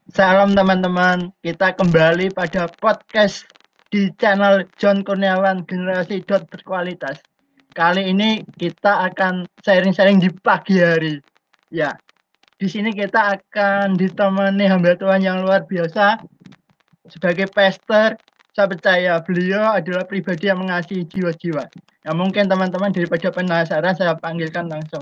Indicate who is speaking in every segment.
Speaker 1: Salam teman-teman, kita kembali pada podcast di channel John Kurniawan Generasi Berkualitas. Kali ini kita akan sharing-sharing di pagi hari. Ya, di sini kita akan ditemani hamba Tuhan yang luar biasa. Sebagai pastor, saya percaya beliau adalah pribadi yang mengasihi jiwa-jiwa. Ya, mungkin teman-teman daripada penasaran, saya panggilkan langsung.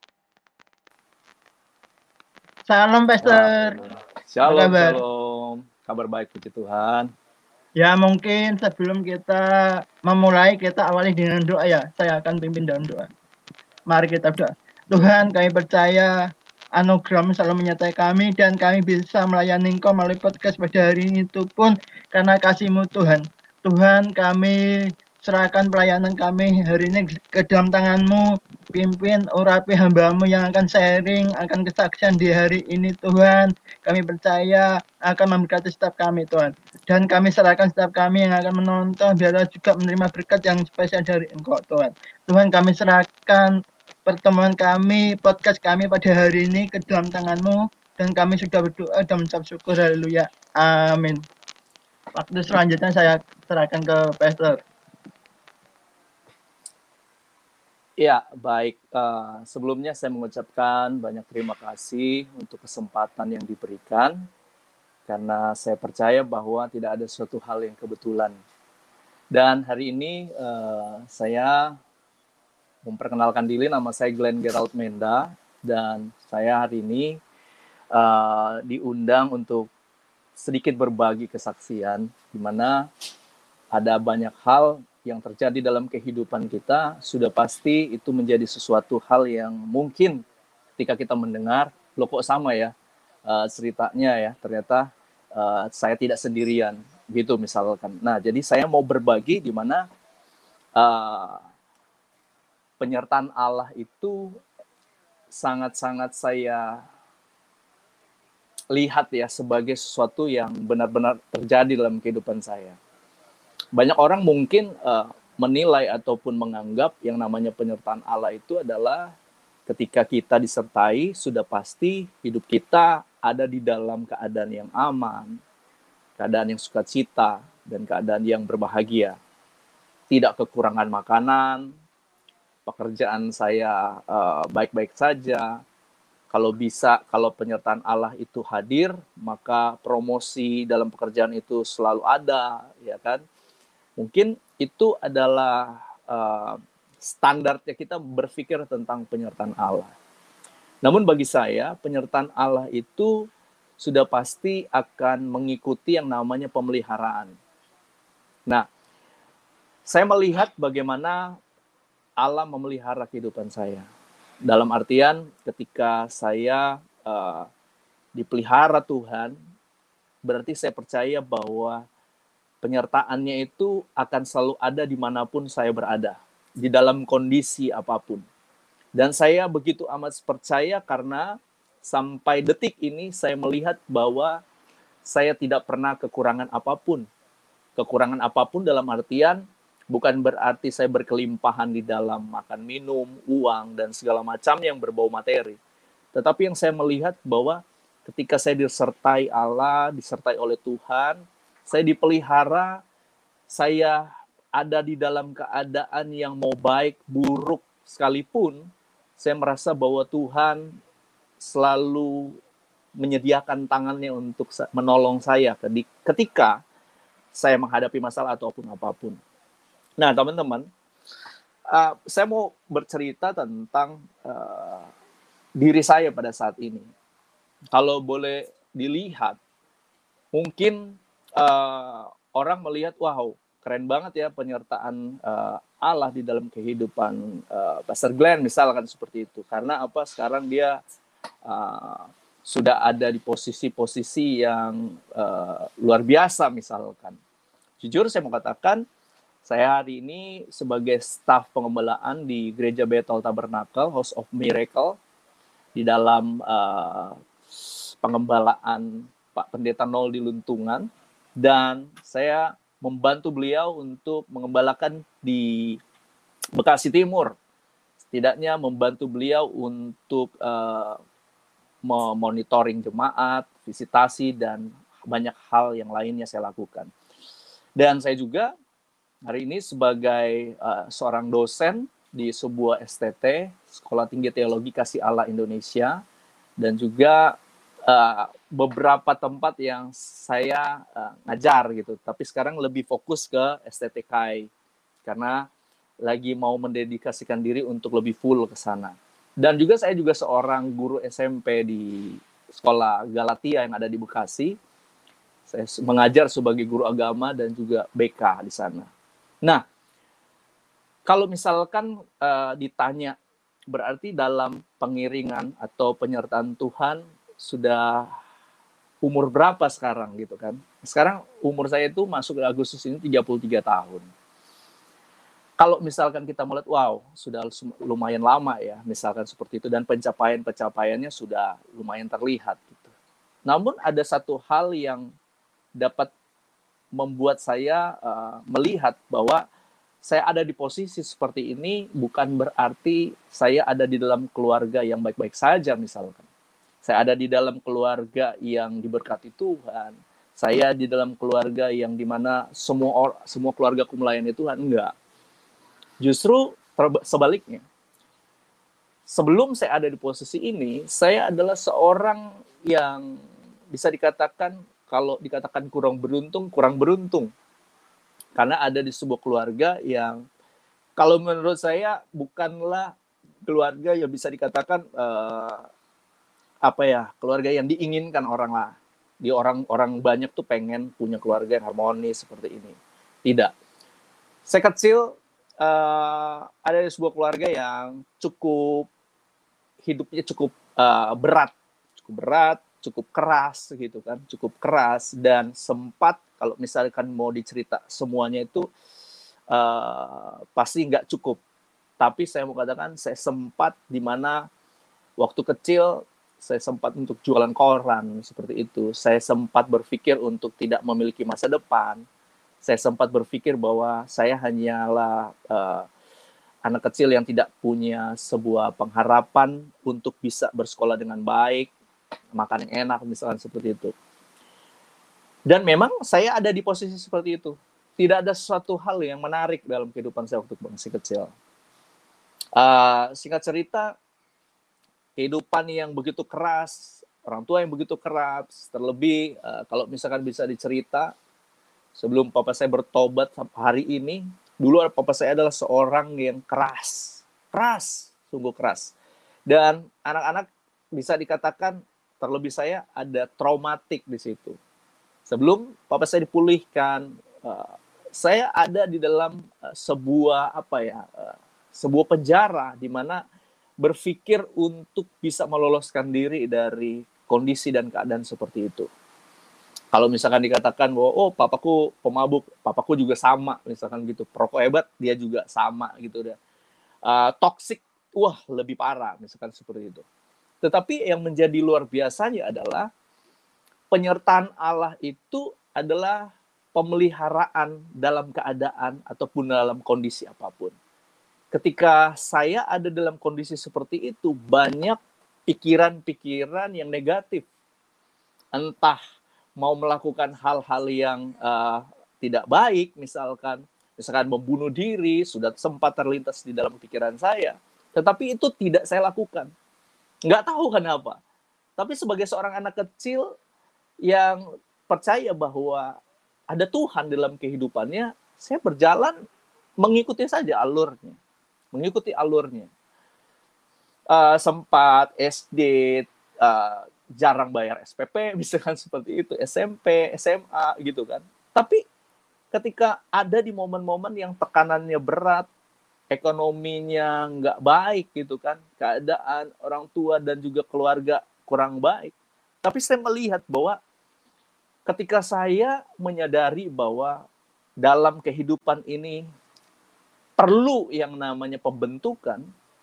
Speaker 1: Salam pastor,
Speaker 2: Halo.
Speaker 1: apa
Speaker 2: Shalom,
Speaker 1: kabar?
Speaker 2: shalom. Kabar baik puji Tuhan.
Speaker 1: Ya mungkin sebelum kita memulai kita awali dengan doa ya. Saya akan pimpin dalam doa. Mari kita berdoa. Tuhan kami percaya anugerah-Mu selalu menyertai kami dan kami bisa melayani Engkau melalui podcast pada hari ini itu pun karena kasih-Mu Tuhan. Tuhan kami serahkan pelayanan kami hari ini ke dalam tangan-Mu. Pimpin urapi hamba-Mu yang akan sharing, akan kesaksian di hari ini Tuhan. Kami percaya akan memberkati setiap kami Tuhan. Dan kami serahkan setiap kami yang akan menonton biarlah juga menerima berkat yang spesial dari Engkau Tuhan. Tuhan kami serahkan pertemuan kami, podcast kami pada hari ini ke dalam tangan-Mu dan kami sudah berdoa dan mengucap syukur, haleluya, amin. Waktu selanjutnya saya serahkan ke Pastor.
Speaker 2: Ya, baik. Sebelumnya saya mengucapkan banyak terima kasih untuk kesempatan yang diberikan, karena saya percaya bahwa tidak ada suatu hal yang kebetulan. Dan hari ini saya memperkenalkan diri, nama saya Glenn Gerald Menda, dan saya hari ini diundang untuk sedikit berbagi kesaksian, di mana ada banyak hal yang terjadi dalam kehidupan kita, sudah pasti itu menjadi sesuatu hal yang mungkin ketika kita mendengar, loh kok sama ya ceritanya ya, ternyata saya tidak sendirian, gitu misalkan. Nah, jadi saya mau berbagi di mana uh, penyertaan Allah itu sangat-sangat saya lihat ya sebagai sesuatu yang benar-benar terjadi dalam kehidupan saya. Banyak orang mungkin menilai ataupun menganggap yang namanya penyertaan Allah itu adalah ketika kita disertai, sudah pasti hidup kita ada di dalam keadaan yang aman, keadaan yang sukacita, dan keadaan yang berbahagia. Tidak kekurangan makanan, pekerjaan saya baik-baik saja. Kalau bisa, kalau penyertaan Allah itu hadir, maka promosi dalam pekerjaan itu selalu ada, ya kan? Mungkin itu adalah standarnya kita berpikir tentang penyertaan Allah. Namun bagi saya, penyertaan Allah itu sudah pasti akan mengikuti yang namanya pemeliharaan. Nah, saya melihat bagaimana Allah memelihara kehidupan saya. Dalam artian ketika saya dipelihara Tuhan, berarti saya percaya bahwa penyertaannya itu akan selalu ada dimanapun saya berada, di dalam kondisi apapun. Dan saya begitu amat percaya karena sampai detik ini saya melihat bahwa saya tidak pernah kekurangan apapun. Kekurangan apapun dalam artian bukan berarti saya berkelimpahan di dalam makan, minum, uang, dan segala macam yang berbau materi. Tetapi yang saya melihat bahwa ketika saya disertai Allah, disertai oleh Tuhan, saya dipelihara, saya ada di dalam keadaan yang mau baik, buruk sekalipun, saya merasa bahwa Tuhan selalu menyediakan tangannya untuk menolong saya ketika saya menghadapi masalah ataupun apapun. Nah, teman-teman, saya mau bercerita tentang diri saya pada saat ini. Kalau boleh dilihat, mungkin orang melihat, wow, keren banget ya penyertaan Allah di dalam kehidupan Pastor Glenn, misalkan seperti itu. Karena apa? Sekarang dia sudah ada di posisi-posisi yang luar biasa, misalkan. Jujur saya mau katakan, saya hari ini sebagai staf pengembalaan di Gereja Bethel Tabernacle, House of Miracle, di dalam pengembalaan Pak Pendeta Nol di Luntungan, dan saya membantu beliau untuk mengembalakan di Bekasi Timur. Setidaknya membantu beliau untuk memonitoring jemaat, visitasi, dan banyak hal yang lainnya saya lakukan. Dan saya juga hari ini sebagai seorang dosen di sebuah STT, Sekolah Tinggi Teologi Kasih Allah Indonesia, dan juga beberapa tempat yang saya ngajar gitu. Tapi sekarang lebih fokus ke STTK karena lagi mau mendedikasikan diri untuk lebih full ke sana. Dan juga saya juga seorang guru SMP di sekolah Galatia yang ada di Bekasi. Saya mengajar sebagai guru agama dan juga BK di sana. Nah, kalau misalkan ditanya, berarti dalam pengiringan atau penyertaan Tuhan sudah umur berapa sekarang gitu kan? Sekarang umur saya itu masuk Agustus ini 33 tahun. Kalau misalkan kita melihat, wow, sudah lumayan lama ya, misalkan seperti itu, dan pencapaiannya sudah lumayan terlihat gitu. Namun ada satu hal yang dapat membuat saya melihat bahwa saya ada di posisi seperti ini bukan berarti saya ada di dalam keluarga yang baik-baik saja misalkan. Saya ada di dalam keluarga yang diberkati Tuhan. Saya di dalam keluarga yang dimana semua keluargaku melayani Tuhan. Enggak. Justru sebaliknya. Sebelum saya ada di posisi ini, saya adalah seorang yang bisa dikatakan, kalau dikatakan kurang beruntung. Karena ada di sebuah keluarga yang, kalau menurut saya, bukanlah keluarga yang bisa dikatakan keluarga yang diinginkan orang lah. Di orang banyak tuh pengen punya keluarga yang harmonis seperti ini. Tidak. Saya kecil ada di sebuah keluarga yang hidupnya cukup berat, cukup keras gitu kan, cukup keras, dan sempat kalau misalkan mau dicerita semuanya itu pasti nggak cukup. Tapi saya mau katakan saya sempat di mana waktu kecil saya sempat untuk jualan koran seperti itu. Saya sempat berpikir untuk tidak memiliki masa depan. Saya sempat berpikir bahwa saya hanyalah anak kecil yang tidak punya sebuah pengharapan untuk bisa bersekolah dengan baik, makan yang enak, misalkan seperti itu. Dan memang saya ada di posisi seperti itu. Tidak ada sesuatu hal yang menarik dalam kehidupan saya waktu masih kecil. Singkat cerita, kehidupan yang begitu keras, orang tua yang begitu keras, terlebih kalau misalkan bisa dicerita, sebelum papa saya bertobat hari ini, dulu papa saya adalah seorang yang keras, sungguh keras. Dan anak-anak bisa dikatakan, terlebih saya, ada traumatik di situ. Sebelum papa saya dipulihkan, saya ada di dalam sebuah penjara di mana berpikir untuk bisa meloloskan diri dari kondisi dan keadaan seperti itu. Kalau misalkan dikatakan bahwa papaku pemabuk, papaku juga sama, misalkan gitu. Perokok hebat, dia juga sama gitu deh. Toksik, lebih parah, misalkan seperti itu. Tetapi yang menjadi luar biasanya adalah penyertaan Allah itu adalah pemeliharaan dalam keadaan ataupun dalam kondisi apapun. Ketika saya ada dalam kondisi seperti itu, banyak pikiran-pikiran yang negatif. Entah mau melakukan hal-hal yang tidak baik, misalkan membunuh diri, sudah sempat terlintas di dalam pikiran saya. Tetapi itu tidak saya lakukan. Nggak tahu kenapa. Tapi sebagai seorang anak kecil yang percaya bahwa ada Tuhan dalam kehidupannya, saya berjalan mengikuti saja alurnya. Sempat SD jarang bayar SPP, misalkan seperti itu, SMP, SMA gitu kan. Tapi ketika ada di momen-momen yang tekanannya berat, ekonominya nggak baik gitu kan, keadaan orang tua dan juga keluarga kurang baik, tapi saya melihat bahwa ketika saya menyadari bahwa dalam kehidupan ini perlu yang namanya pembentukan,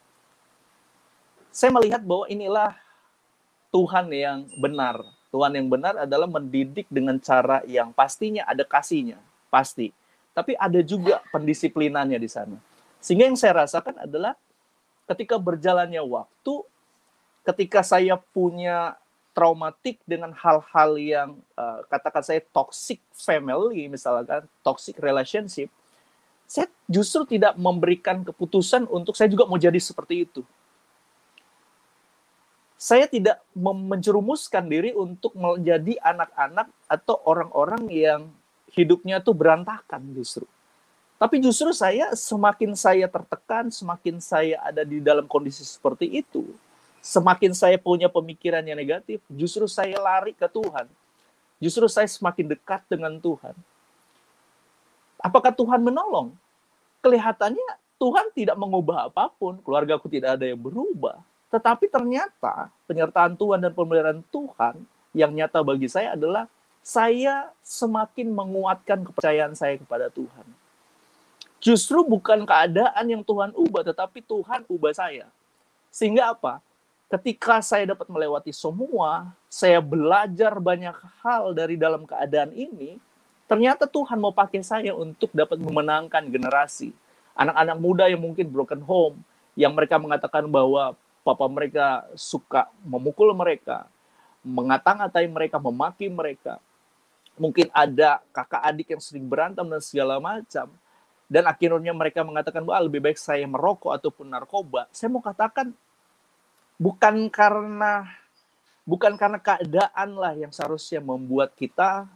Speaker 2: saya melihat bahwa inilah Tuhan yang benar. Tuhan yang benar adalah mendidik dengan cara yang pastinya ada kasihnya, pasti. Tapi ada juga pendisiplinannya di sana. Sehingga yang saya rasakan adalah ketika berjalannya waktu, ketika saya punya traumatik dengan hal-hal yang katakan saya toxic family, misalkan toxic relationship, saya justru tidak memberikan keputusan untuk saya juga mau jadi seperti itu. Saya tidak menjerumuskan diri untuk menjadi anak-anak atau orang-orang yang hidupnya tuh berantakan justru. Tapi justru semakin saya tertekan, semakin saya ada di dalam kondisi seperti itu, semakin saya punya pemikiran yang negatif, justru saya lari ke Tuhan. Justru saya semakin dekat dengan Tuhan. Apakah Tuhan menolong? Kelihatannya Tuhan tidak mengubah apapun, keluargaku tidak ada yang berubah. Tetapi ternyata penyertaan Tuhan dan pemeliharaan Tuhan yang nyata bagi saya adalah saya semakin menguatkan kepercayaan saya kepada Tuhan. Justru bukan keadaan yang Tuhan ubah, tetapi Tuhan ubah saya. Sehingga apa? Ketika saya dapat melewati semua, saya belajar banyak hal dari dalam keadaan ini, ternyata Tuhan mau pakai saya untuk dapat memenangkan generasi. Anak-anak muda yang mungkin broken home, yang mereka mengatakan bahwa papa mereka suka memukul mereka, mengata-ngatai mereka, memaki mereka. Mungkin ada kakak adik yang sering berantem dan segala macam. Dan akhirnya mereka mengatakan bahwa lebih baik saya merokok ataupun narkoba. Saya mau katakan bukan karena keadaan lah yang seharusnya membuat kita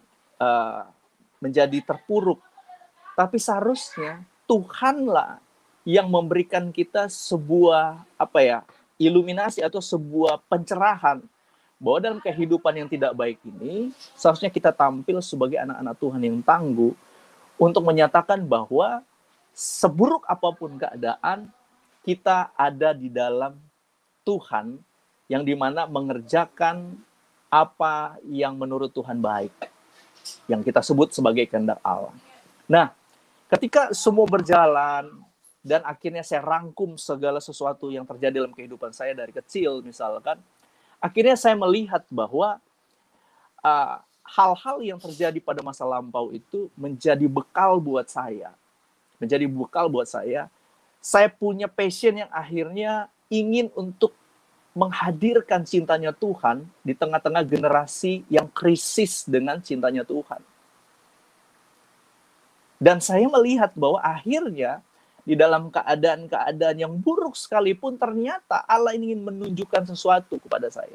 Speaker 2: menjadi terpuruk, tapi seharusnya Tuhanlah yang memberikan kita sebuah iluminasi atau sebuah pencerahan bahwa dalam kehidupan yang tidak baik ini seharusnya kita tampil sebagai anak-anak Tuhan yang tangguh untuk menyatakan bahwa seburuk apapun keadaan, kita ada di dalam Tuhan yang dimana mengerjakan apa yang menurut Tuhan baik, yang kita sebut sebagai kehendak Allah. Nah, ketika semua berjalan dan akhirnya saya rangkum segala sesuatu yang terjadi dalam kehidupan saya dari kecil misalkan, akhirnya saya melihat bahwa hal-hal yang terjadi pada masa lampau itu menjadi bekal buat saya. Saya punya passion yang akhirnya ingin untuk menghadirkan cintanya Tuhan di tengah-tengah generasi yang krisis dengan cintanya Tuhan. Dan saya melihat bahwa akhirnya di dalam keadaan-keadaan yang buruk sekalipun ternyata Allah ingin menunjukkan sesuatu kepada saya.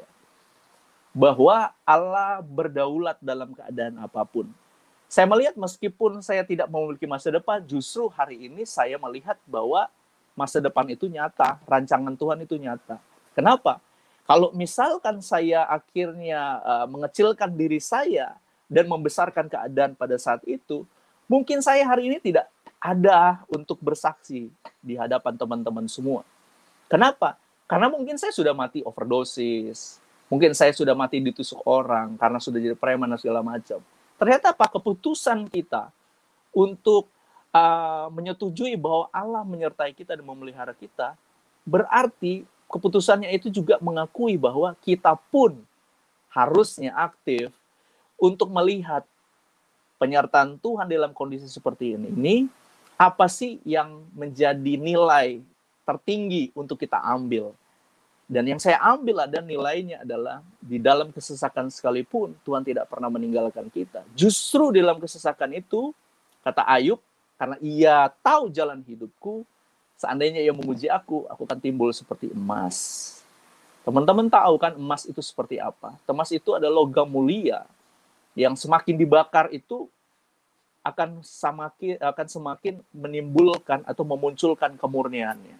Speaker 2: Bahwa Allah berdaulat dalam keadaan apapun. Saya melihat meskipun saya tidak memiliki masa depan, justru hari ini saya melihat bahwa masa depan itu nyata, rancangan Tuhan itu nyata. Kenapa? Kalau misalkan saya akhirnya mengecilkan diri saya dan membesarkan keadaan pada saat itu, mungkin saya hari ini tidak ada untuk bersaksi di hadapan teman-teman semua. Kenapa? Karena mungkin saya sudah mati overdosis, mungkin saya sudah mati ditusuk orang karena sudah jadi preman dan segala macam. Ternyata apa? Keputusan kita untuk menyetujui bahwa Allah menyertai kita dan memelihara kita, berarti keputusannya itu juga mengakui bahwa kita pun harusnya aktif untuk melihat penyertaan Tuhan dalam kondisi seperti ini, apa sih yang menjadi nilai tertinggi untuk kita ambil. Dan yang saya ambil ada nilainya adalah di dalam kesesakan sekalipun Tuhan tidak pernah meninggalkan kita. Justru dalam kesesakan itu, kata Ayub, karena ia tahu jalan hidupku, seandainya ia memuji aku akan timbul seperti emas. Teman-teman tahu kan emas itu seperti apa? Emas itu adalah logam mulia yang semakin dibakar itu akan semakin menimbulkan atau memunculkan kemurniannya.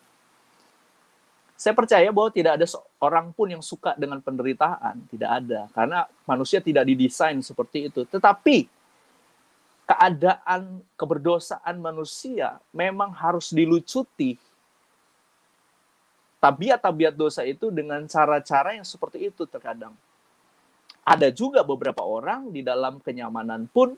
Speaker 2: Saya percaya bahwa tidak ada seorang pun yang suka dengan penderitaan. Tidak ada. Karena manusia tidak didesain seperti itu. Tetapi keadaan keberdosaan manusia memang harus dilucuti. Tabiat-tabiat dosa itu dengan cara-cara yang seperti itu terkadang. Ada juga beberapa orang di dalam kenyamanan pun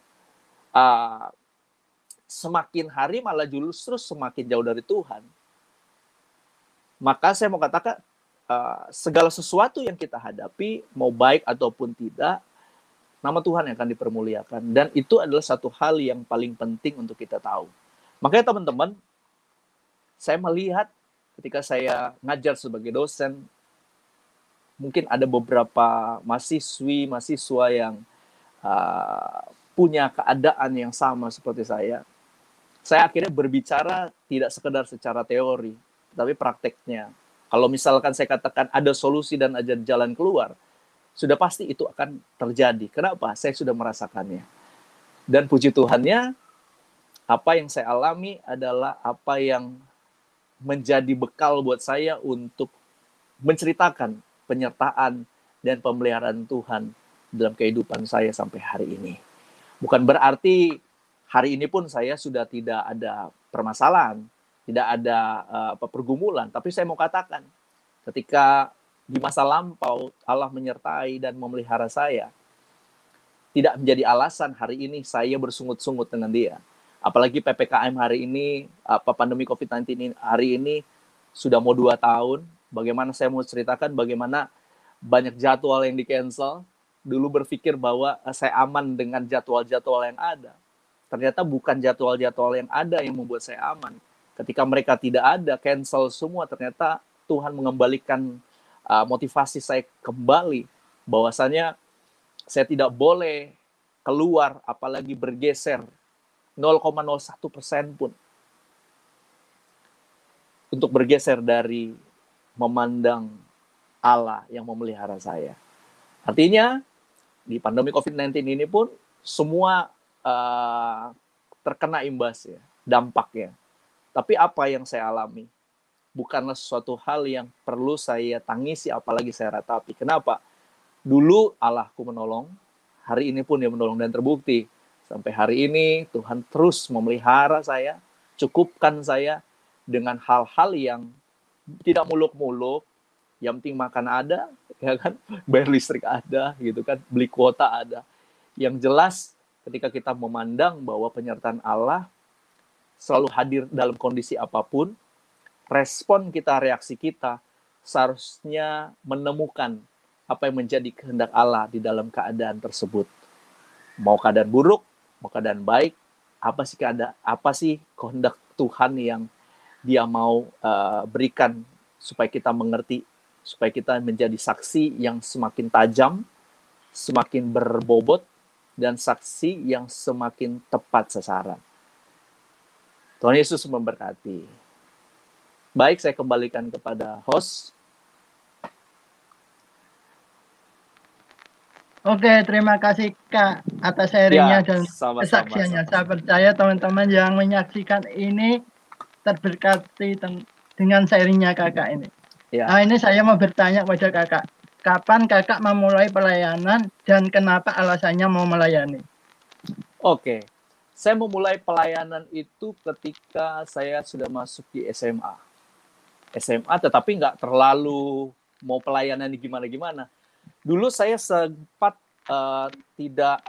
Speaker 2: semakin hari malah justru semakin jauh dari Tuhan. Maka saya mau katakan, segala sesuatu yang kita hadapi, mau baik ataupun tidak, nama Tuhan yang akan dipermuliakan. Dan itu adalah satu hal yang paling penting untuk kita tahu. Makanya teman-teman, saya melihat ketika saya ngajar sebagai dosen, mungkin ada beberapa mahasiswa yang punya keadaan yang sama seperti saya akhirnya berbicara tidak sekedar secara teori, tapi prakteknya. Kalau misalkan saya katakan ada solusi dan ada jalan keluar, sudah pasti itu akan terjadi. Kenapa? Saya sudah merasakannya. Dan puji Tuhannya, apa yang saya alami adalah apa yang menjadi bekal buat saya untuk menceritakan penyertaan dan pemeliharaan Tuhan dalam kehidupan saya sampai hari ini. Bukan berarti hari ini pun saya sudah tidak ada permasalahan, tidak ada pergumulan, tapi saya mau katakan, ketika di masa lampau Allah menyertai dan memelihara saya, tidak menjadi alasan hari ini saya bersungut-sungut dengan Dia. Apalagi PPKM hari ini, pandemi COVID-19 ini, hari ini sudah mau 2 tahun, bagaimana saya mau ceritakan bagaimana banyak jadwal yang di-cancel. Dulu berpikir bahwa saya aman dengan jadwal-jadwal yang ada. Ternyata bukan jadwal-jadwal yang ada yang membuat saya aman. Ketika mereka tidak ada, cancel semua, ternyata Tuhan mengembalikan motivasi saya kembali. Bahwasanya saya tidak boleh keluar, apalagi bergeser 0,01% pun. Untuk bergeser dari memandang Allah yang memelihara saya. Artinya, di pandemi COVID-19 ini pun, semua terkena imbas ya, dampaknya. Tapi apa yang saya alami bukanlah sesuatu hal yang perlu saya tangisi, apalagi saya ratapi. Kenapa? Dulu Allahku menolong, hari ini pun Dia menolong, dan terbukti sampai hari ini Tuhan terus memelihara saya, cukupkan saya dengan hal-hal yang tidak muluk-muluk, yang penting makan ada, ya kan, bayar listrik ada, gitu kan, beli kuota ada. Yang jelas ketika kita memandang bahwa penyertaan Allah selalu hadir dalam kondisi apapun, respon kita, reaksi kita seharusnya menemukan apa yang menjadi kehendak Allah di dalam keadaan tersebut. Mau keadaan buruk, mau keadaan baik, apa sih kehendak Tuhan yang Dia mau berikan supaya kita mengerti, supaya kita menjadi saksi yang semakin tajam, semakin berbobot, dan saksi yang semakin tepat sasaran. Tuhan Yesus memberkati. Baik, saya kembalikan kepada host.
Speaker 1: Oke, terima kasih Kak atas sharingnya dan kesaksiannya. Saya percaya teman-teman yang menyaksikan ini terberkati dengan sharingnya Kakak ini.
Speaker 2: Ya.
Speaker 1: Nah, ini saya mau bertanya kepada Kakak. Kapan Kakak memulai pelayanan dan kenapa alasannya mau melayani?
Speaker 2: Oke. Saya memulai pelayanan itu ketika saya sudah masuk di SMA. SMA tetapi nggak terlalu mau pelayanan gimana-gimana. Dulu saya sempat tidak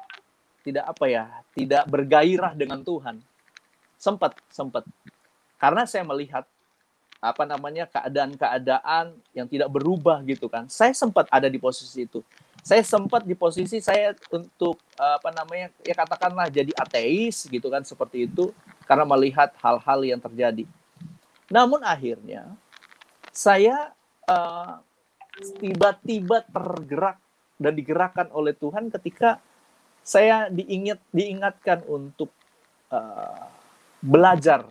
Speaker 2: bergairah dengan Tuhan. Sempat. Karena saya melihat keadaan-keadaan yang tidak berubah gitu kan. Saya sempat ada di posisi itu. Saya sempat di posisi saya untuk katakanlah jadi ateis gitu kan, seperti itu, karena melihat hal-hal yang terjadi. Namun akhirnya saya tiba-tiba tergerak dan digerakkan oleh Tuhan ketika saya diingatkan untuk belajar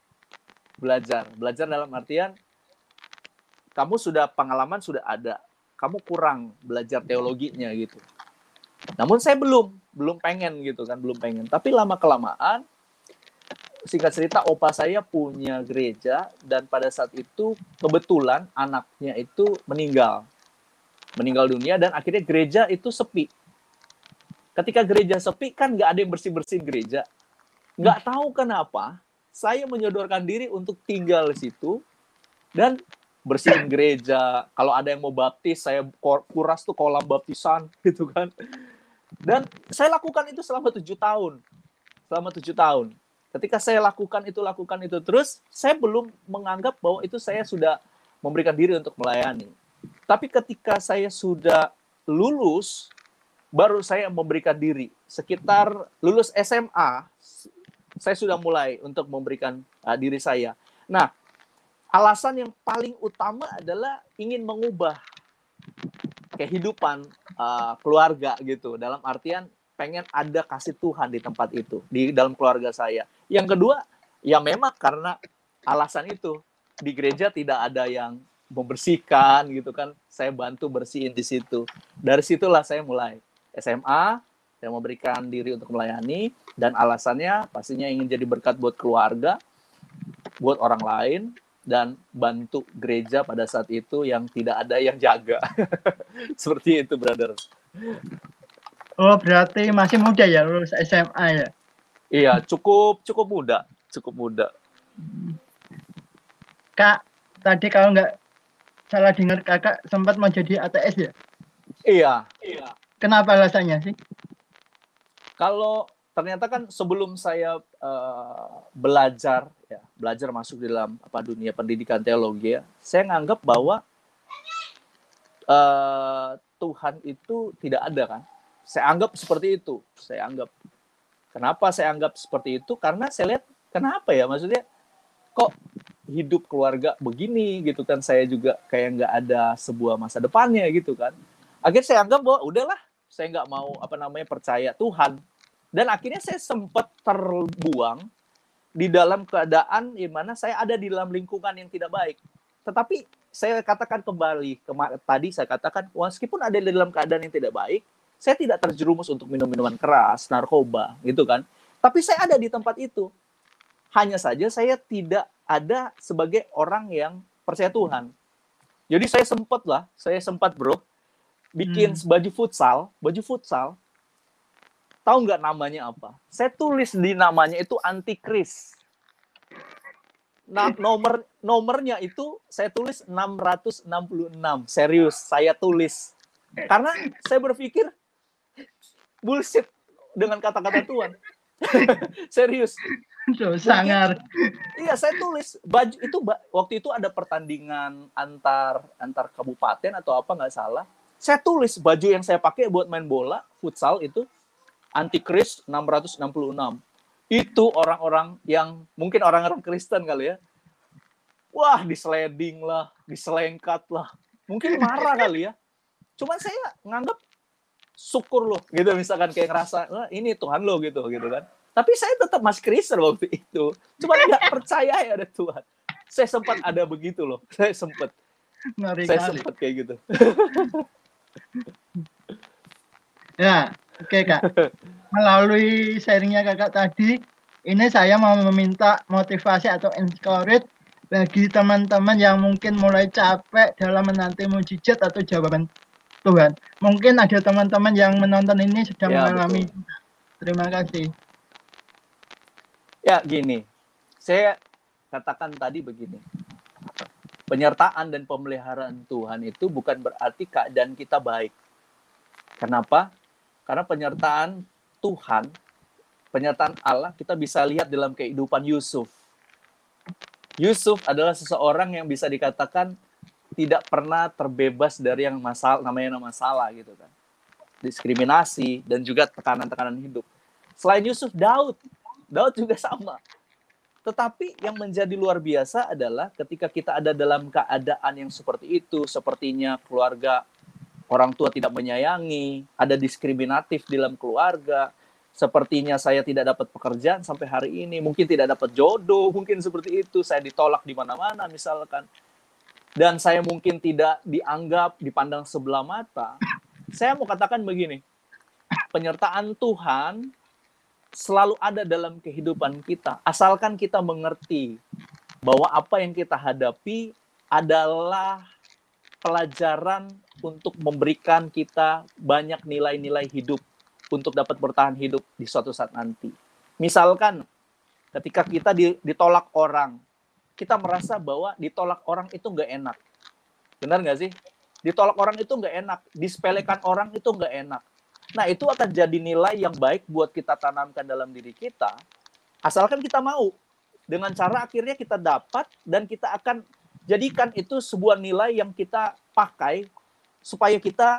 Speaker 2: dalam artian kamu pengalaman sudah ada, kamu kurang belajar teologinya gitu. Namun saya belum pengen gitu kan, tapi lama kelamaan, singkat cerita, opa saya punya gereja, dan pada saat itu kebetulan anaknya itu meninggal dunia, dan akhirnya gereja itu sepi. Ketika gereja sepi kan nggak ada yang bersih-bersihin gereja. Nggak tahu kenapa saya menyodorkan diri untuk tinggal di situ dan bersihin gereja. Kalau ada yang mau baptis, saya kuras tuh kolam baptisan gitu kan. Dan saya lakukan itu selama 7 tahun. Ketika saya lakukan itu terus, saya belum menganggap bahwa itu saya sudah memberikan diri untuk melayani. Tapi ketika saya sudah lulus, baru saya memberikan diri. Sekitar lulus SMA, saya sudah mulai untuk memberikan diri saya. Nah, alasan yang paling utama adalah ingin mengubah kehidupan keluarga gitu. Dalam artian pengen ada kasih Tuhan di tempat itu, di dalam keluarga saya. Yang kedua, ya memang karena alasan itu. Di gereja tidak ada yang membersihkan gitu kan. Saya bantu bersihin di situ. Dari situlah saya mulai SMA, saya memberikan diri untuk melayani, dan alasannya pastinya ingin jadi berkat buat keluarga, buat orang lain, dan bantu gereja pada saat itu yang tidak ada yang jaga. Seperti itu, brother.
Speaker 1: Oh, berarti masih muda ya lulus SMA ya?
Speaker 2: Iya, cukup muda.
Speaker 1: Kak, tadi kalau nggak salah dengar kakak sempat mau jadi ATS ya?
Speaker 2: Iya.
Speaker 1: Kenapa alasannya sih?
Speaker 2: Kalau ternyata kan sebelum saya belajar masuk di dalam dunia pendidikan teologi ya, saya nganggap bahwa Tuhan itu tidak ada kan. Saya anggap seperti itu. Kenapa saya anggap seperti itu? Karena saya lihat kenapa ya, maksudnya kok hidup keluarga begini gitu kan, saya juga kayak nggak ada sebuah masa depannya gitu kan. Akhirnya saya anggap bahwa udahlah, saya nggak mau percaya Tuhan. Dan akhirnya saya sempat terbuang di dalam keadaan di mana saya ada di dalam lingkungan yang tidak baik. Tetapi saya katakan kembali, tadi saya katakan, meskipun ada di dalam keadaan yang tidak baik, saya tidak terjerumus untuk minum-minuman keras, narkoba, gitu kan. Tapi saya ada di tempat itu. Hanya saja saya tidak ada sebagai orang yang percaya Tuhan. Jadi saya sempat bro, bikin baju futsal. Tahu nggak namanya apa? Saya tulis di namanya itu Antikris. Nah, nomornya itu saya tulis 666. Serius, saya tulis. Karena saya berpikir bullshit dengan kata-kata Tuhan. Serius.
Speaker 1: Sangar.
Speaker 2: Iya, saya tulis baju itu waktu itu ada pertandingan antar kabupaten atau apa nggak salah. Saya tulis baju yang saya pakai buat main bola futsal itu Antikris 666. Itu orang-orang yang mungkin orang-orang Kristen kali ya. Wah, diseleding lah, diselengkat lah. Mungkin marah kali ya. Cuman saya nganggap syukur loh gitu, misalkan kayak ngerasa ini Tuhan lo gitu kan. Tapi saya tetap masih Kristen waktu itu. Cuma nggak percaya ya ada Tuhan. Saya sempat ada begitu loh. Saya sempat kayak gitu.
Speaker 1: Ya, oke Kak. Melalui sharingnya kakak tadi, ini saya mau meminta motivasi atau encourage bagi teman-teman yang mungkin mulai capek dalam menanti mujizat atau jawaban Tuhan. Mungkin ada teman-teman yang menonton ini sedang mengalami.
Speaker 2: Betul.
Speaker 1: Terima kasih.
Speaker 2: Ya, gini. Saya katakan tadi begini. Penyertaan dan pemeliharaan Tuhan itu bukan berarti keadaan kita baik. Kenapa? Karena penyertaan Tuhan, penyertaan Allah kita bisa lihat dalam kehidupan Yusuf. Yusuf adalah seseorang yang bisa dikatakan tidak pernah terbebas dari yang namanya masalah gitu kan. Diskriminasi dan juga tekanan-tekanan hidup. Selain Yusuf, Daud juga sama. Tetapi yang menjadi luar biasa adalah ketika kita ada dalam keadaan yang seperti itu, sepertinya keluarga orang tua tidak menyayangi, ada diskriminatif di dalam keluarga, sepertinya saya tidak dapat pekerjaan sampai hari ini, mungkin tidak dapat jodoh, mungkin seperti itu, saya ditolak di mana-mana misalkan, dan saya mungkin tidak dianggap, dipandang sebelah mata. Saya mau katakan begini, penyertaan Tuhan selalu ada dalam kehidupan kita, asalkan kita mengerti bahwa apa yang kita hadapi adalah pelajaran untuk memberikan kita banyak nilai-nilai hidup untuk dapat bertahan hidup di suatu saat nanti. Misalkan ketika kita ditolak orang, kita merasa bahwa ditolak orang itu nggak enak. Benar nggak sih? Ditolak orang itu nggak enak, disepelekan orang itu nggak enak. Nah, itu akan jadi nilai yang baik buat kita tanamkan dalam diri kita, asalkan kita mau. Dengan cara akhirnya kita dapat dan kita akan jadikan itu sebuah nilai yang kita pakai supaya kita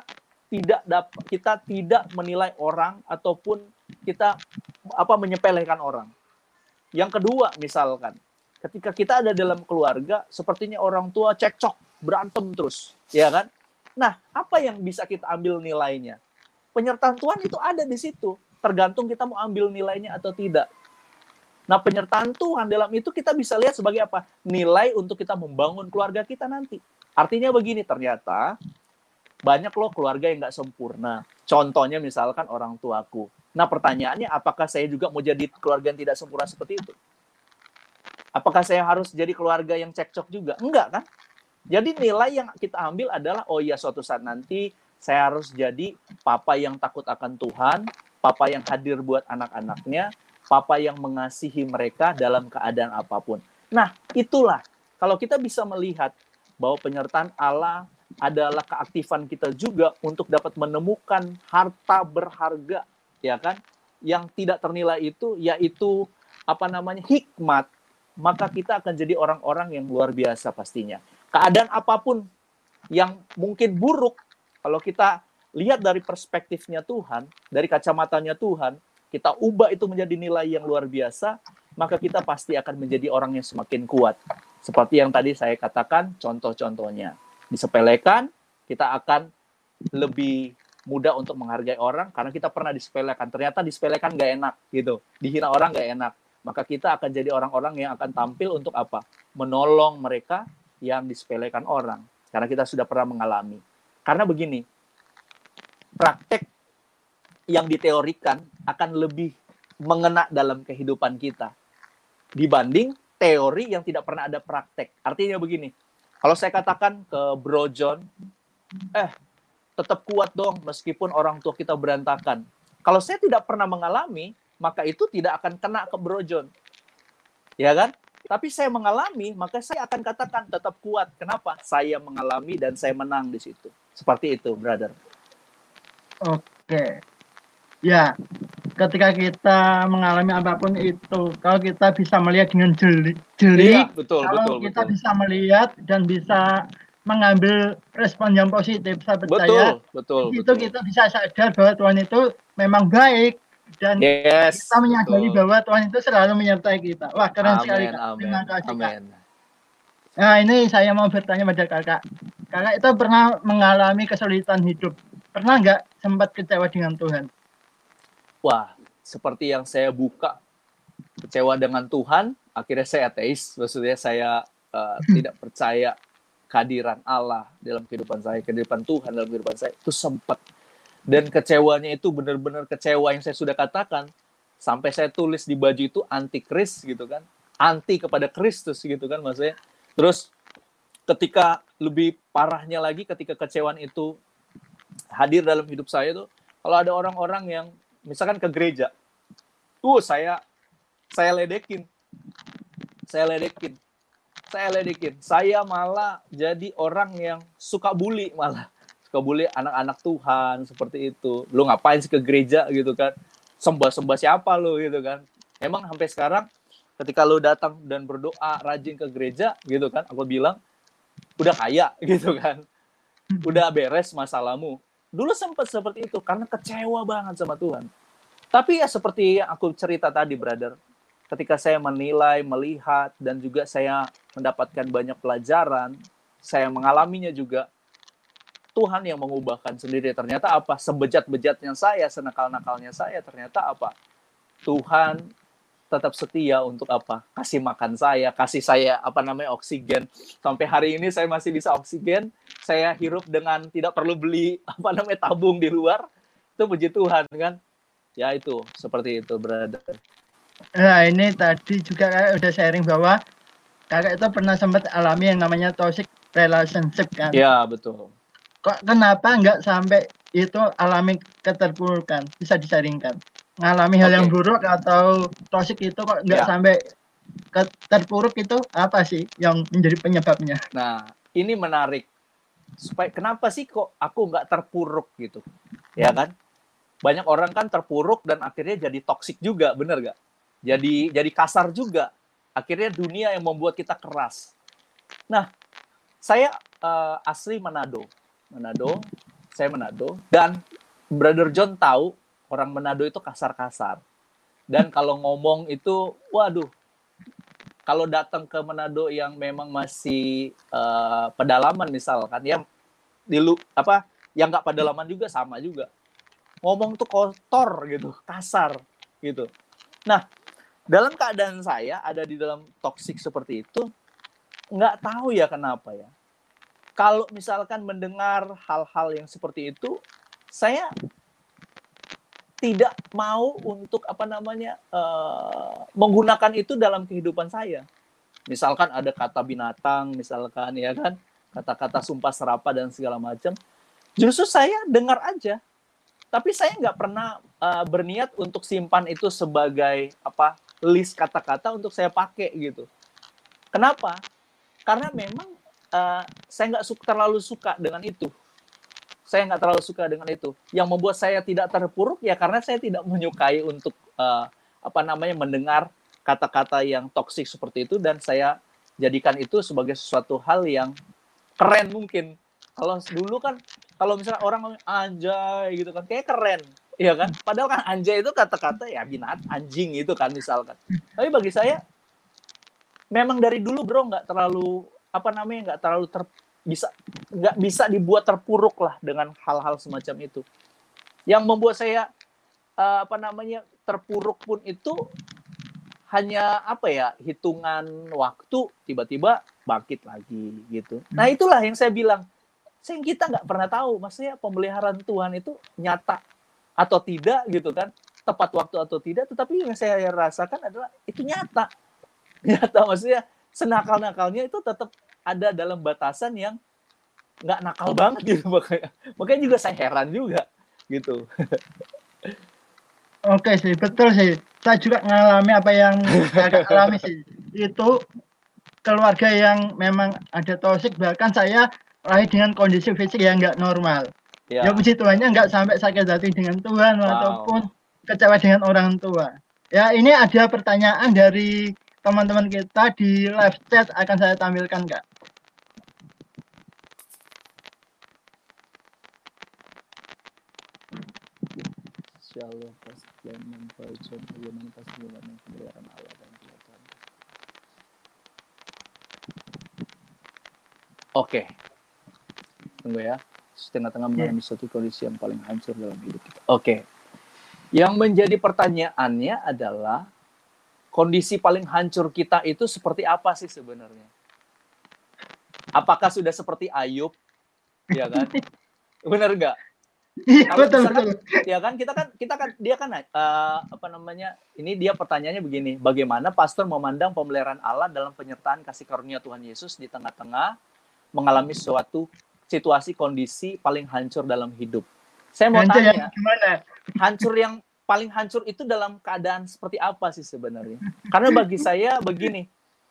Speaker 2: tidak menilai orang ataupun kita menyepelekan orang. Yang kedua, misalkan ketika kita ada dalam keluarga, sepertinya orang tua cekcok, berantem terus, ya kan? Nah, apa yang bisa kita ambil nilainya? Penyertaan Tuhan itu ada di situ. Tergantung kita mau ambil nilainya atau tidak. Nah, penyertaan Tuhan dalam itu kita bisa lihat sebagai apa? Nilai untuk kita membangun keluarga kita nanti. Artinya begini, ternyata banyak loh keluarga yang nggak sempurna. Contohnya misalkan orang tuaku. Nah, pertanyaannya apakah saya juga mau jadi keluarga yang tidak sempurna seperti itu? Apakah saya harus jadi keluarga yang cekcok juga? Enggak kan? Jadi nilai yang kita ambil adalah, oh iya suatu saat nanti saya harus jadi papa yang takut akan Tuhan, papa yang hadir buat anak-anaknya, papa yang mengasihi mereka dalam keadaan apapun. Nah, itulah kalau kita bisa melihat bahwa penyertaan Allah adalah keaktifan kita juga untuk dapat menemukan harta berharga, ya kan? Yang tidak ternilai itu yaitu hikmat, maka kita akan jadi orang-orang yang luar biasa pastinya. Keadaan apapun yang mungkin buruk, kalau kita lihat dari perspektifnya Tuhan, dari kacamatanya Tuhan, kita ubah itu menjadi nilai yang luar biasa, maka kita pasti akan menjadi orang yang semakin kuat. Seperti yang tadi saya katakan, contoh-contohnya. Disepelekan, kita akan lebih mudah untuk menghargai orang, karena kita pernah disepelekan. Ternyata disepelekan gak enak, gitu. Dihina orang gak enak. Maka kita akan jadi orang-orang yang akan tampil untuk apa? Menolong mereka yang disepelekan orang. Karena kita sudah pernah mengalami. Karena begini, praktek yang diteorikan akan lebih mengena dalam kehidupan kita dibanding teori yang tidak pernah ada praktek. Artinya begini, kalau saya katakan ke Bro John, tetap kuat dong meskipun orang tua kita berantakan. Kalau saya tidak pernah mengalami, maka itu tidak akan kena ke Bro John. Ya kan? Tapi saya mengalami, maka saya akan katakan tetap kuat. Kenapa? Saya mengalami dan saya menang di situ. Seperti itu, brother.
Speaker 1: Oke. Ya, ketika kita mengalami apapun itu, kalau kita bisa melihat dengan jeli,
Speaker 2: Iya, betul,
Speaker 1: kalau kita
Speaker 2: betul.
Speaker 1: bisa melihat dan bisa mengambil respon yang positif, saya percaya
Speaker 2: betul.
Speaker 1: kita bisa sadar bahwa Tuhan itu memang baik dan kita menyadari bahwa Tuhan itu selalu menyertai kita. Wah, keren sekali, Kak. Terima kasih, Kak. Nah, ini saya mau bertanya pada Kakak. Kakak itu pernah mengalami kesulitan hidup. Pernah nggak sempat kecewa dengan Tuhan?
Speaker 2: Wah, seperti yang saya buka, kecewa dengan Tuhan, akhirnya saya ateis. Maksudnya saya tidak percaya kehadiran Allah dalam kehidupan saya, kehidupan Tuhan dalam kehidupan saya. Itu sempat. Dan kecewanya itu benar-benar kecewa yang saya sudah katakan. Sampai saya tulis di baju itu anti-Kris gitu kan. Anti kepada Kristus gitu kan maksudnya. Terus ketika lebih parahnya lagi, ketika kecewaan itu hadir dalam hidup saya tuh, kalau ada orang-orang yang misalkan ke gereja, saya ledekin. Saya malah jadi orang yang suka bully anak-anak Tuhan seperti itu. Lu ngapain sih ke gereja gitu kan? Sembah siapa lu gitu kan? Emang sampai sekarang ketika lu datang dan berdoa rajin ke gereja gitu kan, aku bilang udah kaya gitu kan. Udah beres masalahmu. Dulu sempat seperti itu karena kecewa banget sama Tuhan. Tapi ya seperti yang aku cerita tadi, brother. Ketika saya menilai, melihat, dan juga saya mendapatkan banyak pelajaran, saya mengalaminya juga, Tuhan yang mengubahkan sendiri. Ternyata apa? Sebejat-bejatnya saya, senakal-nakalnya saya, ternyata apa? Tuhan tetap setia untuk apa? Kasih makan saya, kasih saya oksigen. Sampai hari ini saya masih bisa oksigen. Saya hirup dengan tidak perlu beli tabung di luar. Itu puji Tuhan kan. Ya itu, seperti itu, brother.
Speaker 1: Nah, ini tadi juga kakak udah sharing bahwa kakak itu pernah sempat alami yang namanya toxic relationship kan?
Speaker 2: Ya, betul.
Speaker 1: Kok kenapa nggak sampai itu alami keterpurukan? Bisa disaringkan. Ngalami hal yang buruk atau toxic itu kok nggak sampai terpuruk, itu apa sih yang menjadi penyebabnya?
Speaker 2: Nah, ini menarik. Kenapa sih kok aku nggak terpuruk gitu? Ya kan? Banyak orang kan terpuruk dan akhirnya jadi toksik juga, bener gak? Jadi kasar juga. Akhirnya dunia yang membuat kita keras. Nah, saya asli Manado. Saya Manado. Dan Brother John tahu orang Manado itu kasar-kasar. Dan kalau ngomong itu, waduh, kalau datang ke Manado yang memang masih pedalaman misalkan, ya yang nggak pedalaman juga sama juga. Ngomong tuh kotor gitu, kasar gitu. Nah, dalam keadaan saya ada di dalam toksik seperti itu, nggak tahu ya kenapa ya. Kalau misalkan mendengar hal-hal yang seperti itu, saya tidak mau untuk menggunakan itu dalam kehidupan saya. Misalkan ada kata binatang, misalkan ya kan, kata-kata sumpah serapah dan segala macam. Justru saya dengar aja, tapi saya nggak pernah berniat untuk simpan itu sebagai list kata-kata untuk saya pakai gitu. Kenapa? Karena memang saya nggak terlalu suka dengan itu. Saya nggak terlalu suka dengan itu. Yang membuat saya tidak terpuruk ya karena saya tidak menyukai untuk mendengar kata-kata yang toksik seperti itu, dan saya jadikan itu sebagai sesuatu hal yang keren mungkin. Kalau dulu kan, kalau misalnya orang ngomong anjay gitu kan, kayak keren, iya kan? Padahal kan anjay itu kata-kata ya binatang, anjing itu kan misalkan. Tapi bagi saya, memang dari dulu bro nggak terlalu nggak bisa dibuat terpuruk lah dengan hal-hal semacam itu. Yang membuat saya terpuruk pun itu hanya hitungan waktu, tiba-tiba bangkit lagi gitu. Nah itulah yang saya bilang, kita nggak pernah tahu maksudnya pemeliharaan Tuhan itu nyata atau tidak gitu kan, tepat waktu atau tidak. Tetapi yang saya rasakan adalah itu nyata maksudnya senakal-nakalnya itu tetap ada dalam batasan yang nggak nakal banget gitu. Makanya juga saya heran juga gitu.
Speaker 1: Oke sih, betul sih. Saya juga mengalami apa yang kakak alami sih. Itu keluarga yang memang ada toksik, bahkan saya lahir dengan kondisi fisik yang nggak normal. Ya puji Tuhannya nggak sampai sakit hati dengan Tuhan ataupun kecewa dengan orang tua. Ya ini ada pertanyaan dari teman-teman kita di live chat, akan saya tampilkan Kak.
Speaker 2: Shalom pas zaman Faizon bagaimana pas bagaimana pemeliharaan Allah dan Tuhan. Oke. Tunggu ya. Tengah-tengah mengalami suatu kondisi yang paling hancur dalam hidup kita. Oke. Yang menjadi pertanyaannya adalah kondisi paling hancur kita itu seperti apa sih sebenarnya? Apakah sudah seperti Ayub? Ya kan? Benar nggak?
Speaker 1: Iya, betul.
Speaker 2: Ya kan dia kan ini dia pertanyaannya begini, bagaimana pastor memandang pemeliharaan Allah dalam penyertaan kasih karunia Tuhan Yesus di tengah-tengah mengalami suatu situasi kondisi paling hancur dalam hidup. Saya mau tanya, hancur yang paling hancur itu dalam keadaan seperti apa sih sebenarnya? Karena bagi saya begini,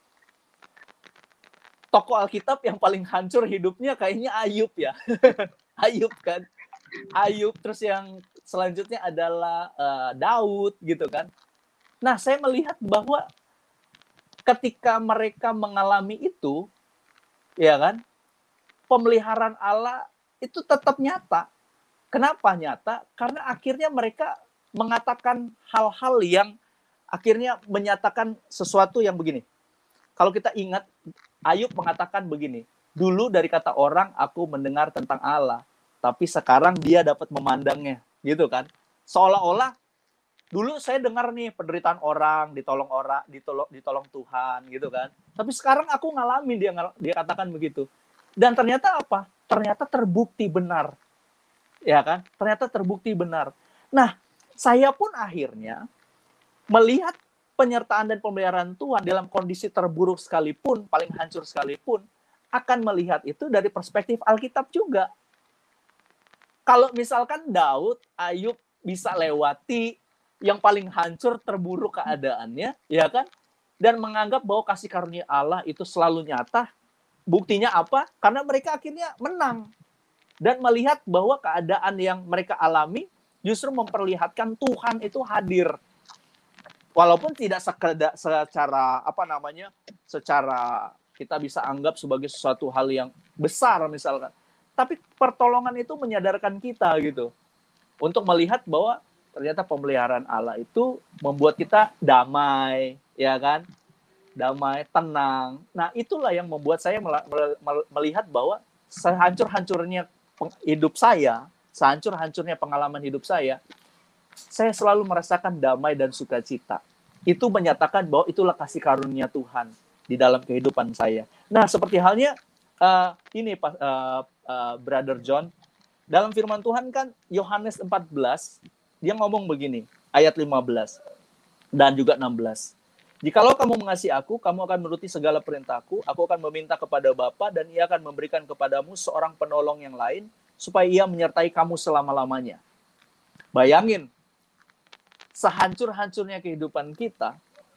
Speaker 2: tokoh Alkitab yang paling hancur hidupnya kayaknya Ayub ya. Ayub kan. Ayub, terus yang selanjutnya adalah Daud gitu kan. Nah, saya melihat bahwa ketika mereka mengalami itu, ya kan, pemeliharaan Allah itu tetap nyata. Kenapa nyata? Karena akhirnya mereka mengatakan hal-hal yang akhirnya menyatakan sesuatu yang begini. Kalau kita ingat, Ayub mengatakan begini, dulu dari kata orang aku mendengar tentang Allah, tapi sekarang dia dapat memandangnya, gitu kan? Seolah-olah dulu saya dengar nih penderitaan orang, ditolong Tuhan, gitu kan? Tapi sekarang aku ngalamin dia katakan begitu. Dan ternyata apa? Ternyata terbukti benar, ya kan? Ternyata terbukti benar. Nah, saya pun akhirnya melihat penyertaan dan pemeliharaan Tuhan dalam kondisi terburuk sekalipun, paling hancur sekalipun, akan melihat itu dari perspektif Alkitab juga. Kalau misalkan Daud, Ayub bisa lewati yang paling hancur, terburuk keadaannya, ya kan? Dan menganggap bahwa kasih karunia Allah itu selalu nyata. Buktinya apa? Karena mereka akhirnya menang. Dan melihat bahwa keadaan yang mereka alami justru memperlihatkan Tuhan itu hadir. Walaupun tidak secara secara kita bisa anggap sebagai sesuatu hal yang besar misalkan. Tapi pertolongan itu menyadarkan kita gitu. Untuk melihat bahwa ternyata pemeliharaan Allah itu membuat kita damai, ya kan? Damai, tenang. Nah, itulah yang membuat saya melihat bahwa sehancur-hancurnya hidup saya, sehancur-hancurnya pengalaman hidup saya selalu merasakan damai dan sukacita. Itu menyatakan bahwa itulah kasih karunia Tuhan di dalam kehidupan saya. Nah, seperti halnya ini Brother John, dalam firman Tuhan kan Yohanes 14, dia ngomong begini, ayat 15 dan juga 16. Jikalau kamu mengasihi aku, kamu akan menuruti segala perintahku, aku akan meminta kepada Bapa dan ia akan memberikan kepadamu seorang penolong yang lain, supaya ia menyertai kamu selama-lamanya. Bayangin, sehancur-hancurnya kehidupan kita,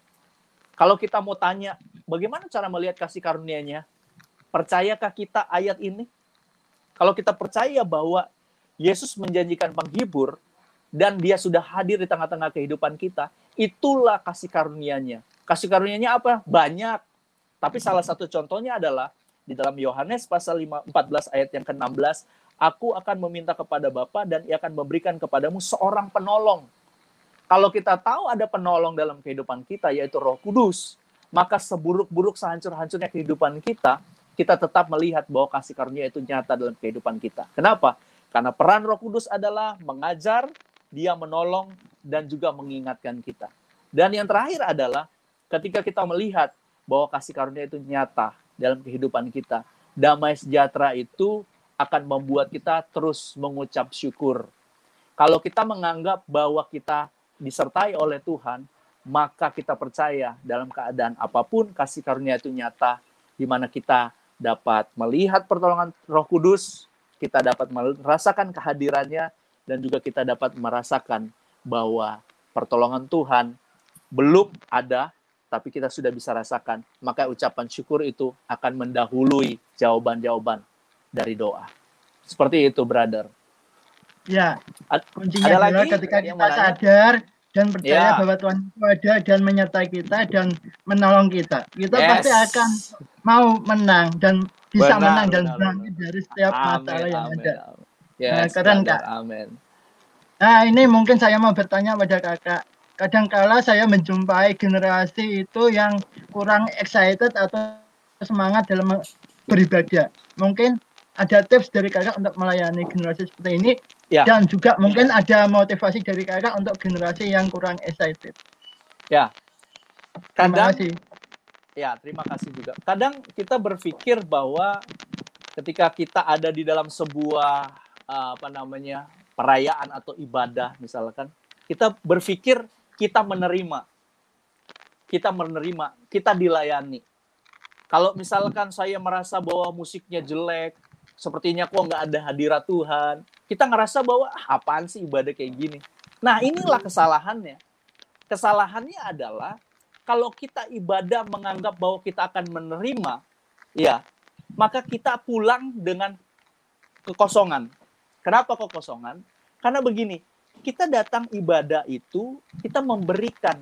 Speaker 2: kalau kita mau tanya, bagaimana cara melihat kasih karunia-Nya? Percayakah kita ayat ini? Kalau kita percaya bahwa Yesus menjanjikan penghibur, dan dia sudah hadir di tengah-tengah kehidupan kita, itulah kasih karunia-Nya. Kasih karunia-Nya apa? Banyak. Tapi salah satu contohnya adalah di dalam Yohanes pasal 14 ayat yang ke-16, aku akan meminta kepada Bapa dan ia akan memberikan kepadamu seorang penolong. Kalau kita tahu ada penolong dalam kehidupan kita, yaitu Roh Kudus, maka seburuk-buruk, sehancur-hancurnya kehidupan kita, kita tetap melihat bahwa kasih karunia itu nyata dalam kehidupan kita. Kenapa? Karena peran Roh Kudus adalah mengajar, dia menolong, dan juga mengingatkan kita. Dan yang terakhir adalah ketika kita melihat bahwa kasih karunia itu nyata dalam kehidupan kita, damai sejahtera itu akan membuat kita terus mengucap syukur. Kalau kita menganggap bahwa kita disertai oleh Tuhan, maka kita percaya dalam keadaan apapun kasih karunia itu nyata, di mana kita dapat melihat pertolongan Roh Kudus, kita dapat merasakan kehadirannya, dan juga kita dapat merasakan bahwa pertolongan Tuhan belum ada, tapi kita sudah bisa rasakan. Maka ucapan syukur itu akan mendahului jawaban-jawaban dari doa. Seperti itu, brother.
Speaker 1: Ya, kuncinya
Speaker 2: ada
Speaker 1: adalah
Speaker 2: lagi
Speaker 1: ketika kita sadar dan percaya bahwa Tuhan itu ada dan menyertai kita dan menolong kita. Kita pasti akan mau menang dan bisa menang dan bangkit dari setiap masalah yang ada. Keren, Kak.
Speaker 2: Amin.
Speaker 1: Nah, ini mungkin saya mau bertanya pada Kakak. Kadangkala saya menjumpai generasi itu yang kurang excited atau semangat dalam beribadah. Mungkin ada tips dari Kakak untuk melayani generasi seperti ini, dan juga mungkin ada motivasi dari Kakak untuk generasi yang kurang excited.
Speaker 2: Ya, kadang,
Speaker 1: terima
Speaker 2: kasih juga. Kadang kita berpikir bahwa ketika kita ada di dalam sebuah perayaan atau ibadah misalkan, kita berpikir kita menerima, kita dilayani. Kalau misalkan saya merasa bahwa musiknya jelek, sepertinya kok nggak ada hadirat Tuhan, kita ngerasa bahwa apaan sih ibadah kayak gini. Nah, inilah kesalahannya. Kesalahannya adalah kalau kita ibadah menganggap bahwa kita akan menerima, ya, maka kita pulang dengan kekosongan. Kenapa kekosongan? Karena begini, kita datang ibadah itu, kita memberikan.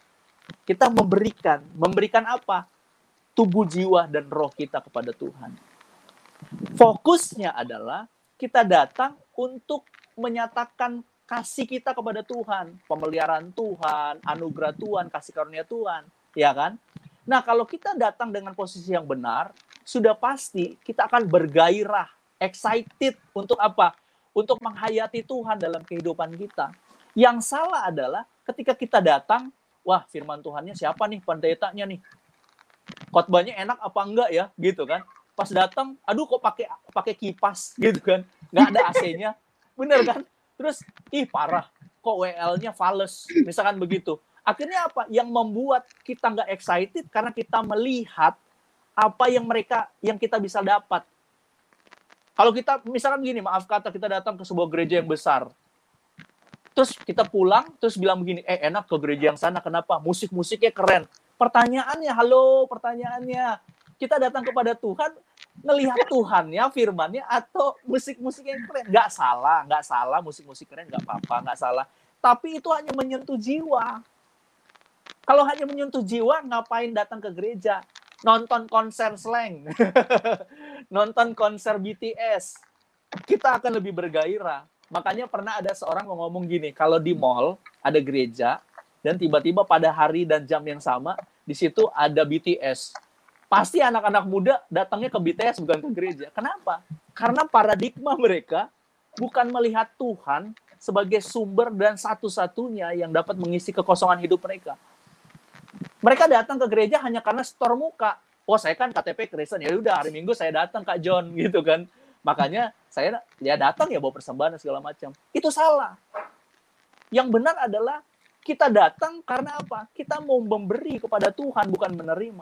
Speaker 2: Memberikan apa? Tubuh, jiwa, dan roh kita kepada Tuhan. Fokusnya adalah kita datang untuk menyatakan kasih kita kepada Tuhan, pemeliharaan Tuhan, anugerah Tuhan, kasih karunia Tuhan, ya kan? Nah, kalau kita datang dengan posisi yang benar, sudah pasti kita akan bergairah, excited untuk apa? Untuk menghayati Tuhan dalam kehidupan kita. Yang salah adalah ketika kita datang, wah, firman Tuhannya siapa nih pendetanya nih? Khotbahnya enak apa enggak ya? Gitu kan. Pas datang, aduh kok pakai kipas gitu kan. Nggak ada AC-nya. Bener kan? Terus, parah. Kok WL-nya fals? Misalkan begitu. Akhirnya apa? Yang membuat kita nggak excited karena kita melihat apa yang kita bisa dapat. Kalau kita, misalkan begini, maaf kata, kita datang ke sebuah gereja yang besar. Terus kita pulang, terus bilang begini, enak ke gereja yang sana, kenapa? Musik-musiknya keren. Pertanyaannya, kita datang kepada Tuhan, ngelihat Tuhannya, firmannya, atau musik-musik yang keren. Nggak salah, musik-musik keren, nggak apa-apa, nggak salah. Tapi itu hanya menyentuh jiwa. Kalau hanya menyentuh jiwa, ngapain datang ke gereja? Nonton konser Slank, nonton konser BTS, kita akan lebih bergairah. Makanya pernah ada seorang ngomong gini, kalau di mall ada gereja, dan tiba-tiba pada hari dan jam yang sama, di situ ada BTS. Pasti anak-anak muda datangnya ke BTS bukan ke gereja. Kenapa? Karena paradigma mereka bukan melihat Tuhan sebagai sumber dan satu-satunya yang dapat mengisi kekosongan hidup mereka. Mereka datang ke gereja hanya karena setor muka. Oh, saya kan KTP Kristen, ya udah hari Minggu saya datang Kak John gitu kan. Makanya saya ya datang ya bawa persembahan dan segala macam. Itu salah. Yang benar adalah kita datang karena apa? Kita mau memberi kepada Tuhan, bukan menerima.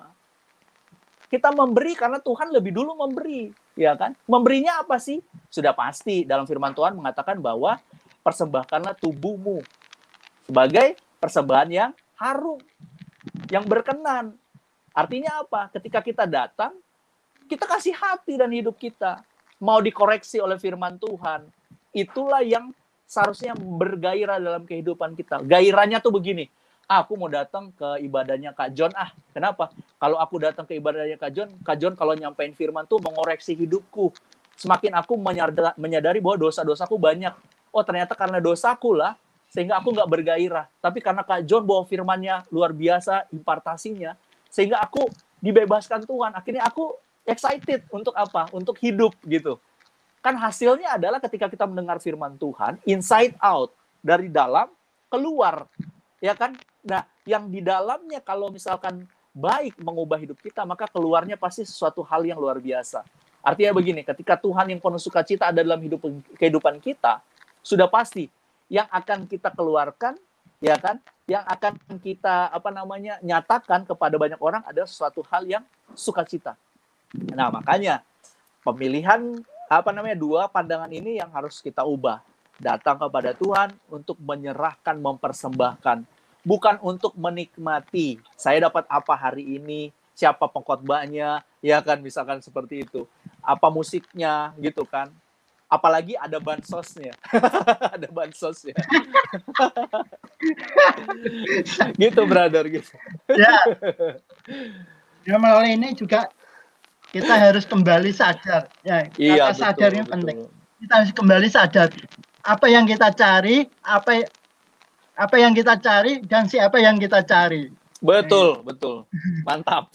Speaker 2: Kita memberi karena Tuhan lebih dulu memberi, ya kan? Memberinya apa sih? Sudah pasti dalam firman Tuhan mengatakan bahwa persembahkanlah tubuhmu sebagai persembahan yang harum, yang berkenan. Artinya apa? Ketika kita datang, kita kasih hati dan hidup kita mau dikoreksi oleh firman Tuhan. Itulah yang seharusnya bergairah dalam kehidupan kita. Gairahnya tuh begini. Aku mau datang ke ibadahnya Kak John. Kenapa? Kalau aku datang ke ibadahnya Kak John kalau nyampein firman tuh mengoreksi hidupku. Semakin aku menyadari bahwa dosa-dosaku banyak. Oh, ternyata karena dosaku lah, sehingga aku nggak bergairah. Tapi karena Kak John bawa firmannya luar biasa, impartasinya, sehingga aku dibebaskan Tuhan. Akhirnya aku excited untuk apa? Untuk hidup gitu. Kan hasilnya adalah ketika kita mendengar firman Tuhan, inside out, dari dalam keluar. Ya kan? Nah, yang di dalamnya kalau misalkan baik mengubah hidup kita, maka keluarnya pasti sesuatu hal yang luar biasa. Artinya begini, ketika Tuhan yang penuh sukacita ada dalam kehidupan kita, sudah pasti yang akan kita keluarkan, ya kan? Yang akan kita nyatakan kepada banyak orang adalah sesuatu hal yang sukacita. Nah, makanya pemilihan dua pandangan ini yang harus kita ubah. Datang kepada Tuhan untuk menyerahkan, mempersembahkan. Bukan untuk menikmati, saya dapat apa hari ini, siapa pengkhotbahnya, ya kan, misalkan seperti itu. Apa musiknya, gitu kan. Apalagi ada bansosnya. Ada bansosnya. Gitu, brother. Gitu.
Speaker 1: Ya, melalui ini juga kita harus kembali sadar. Ya,
Speaker 2: iya,
Speaker 1: kata sadarnya penting. Kita harus kembali sadar. Apa yang kita cari, apa yang kita cari dan siapa yang kita cari.
Speaker 2: Betul. Mantap.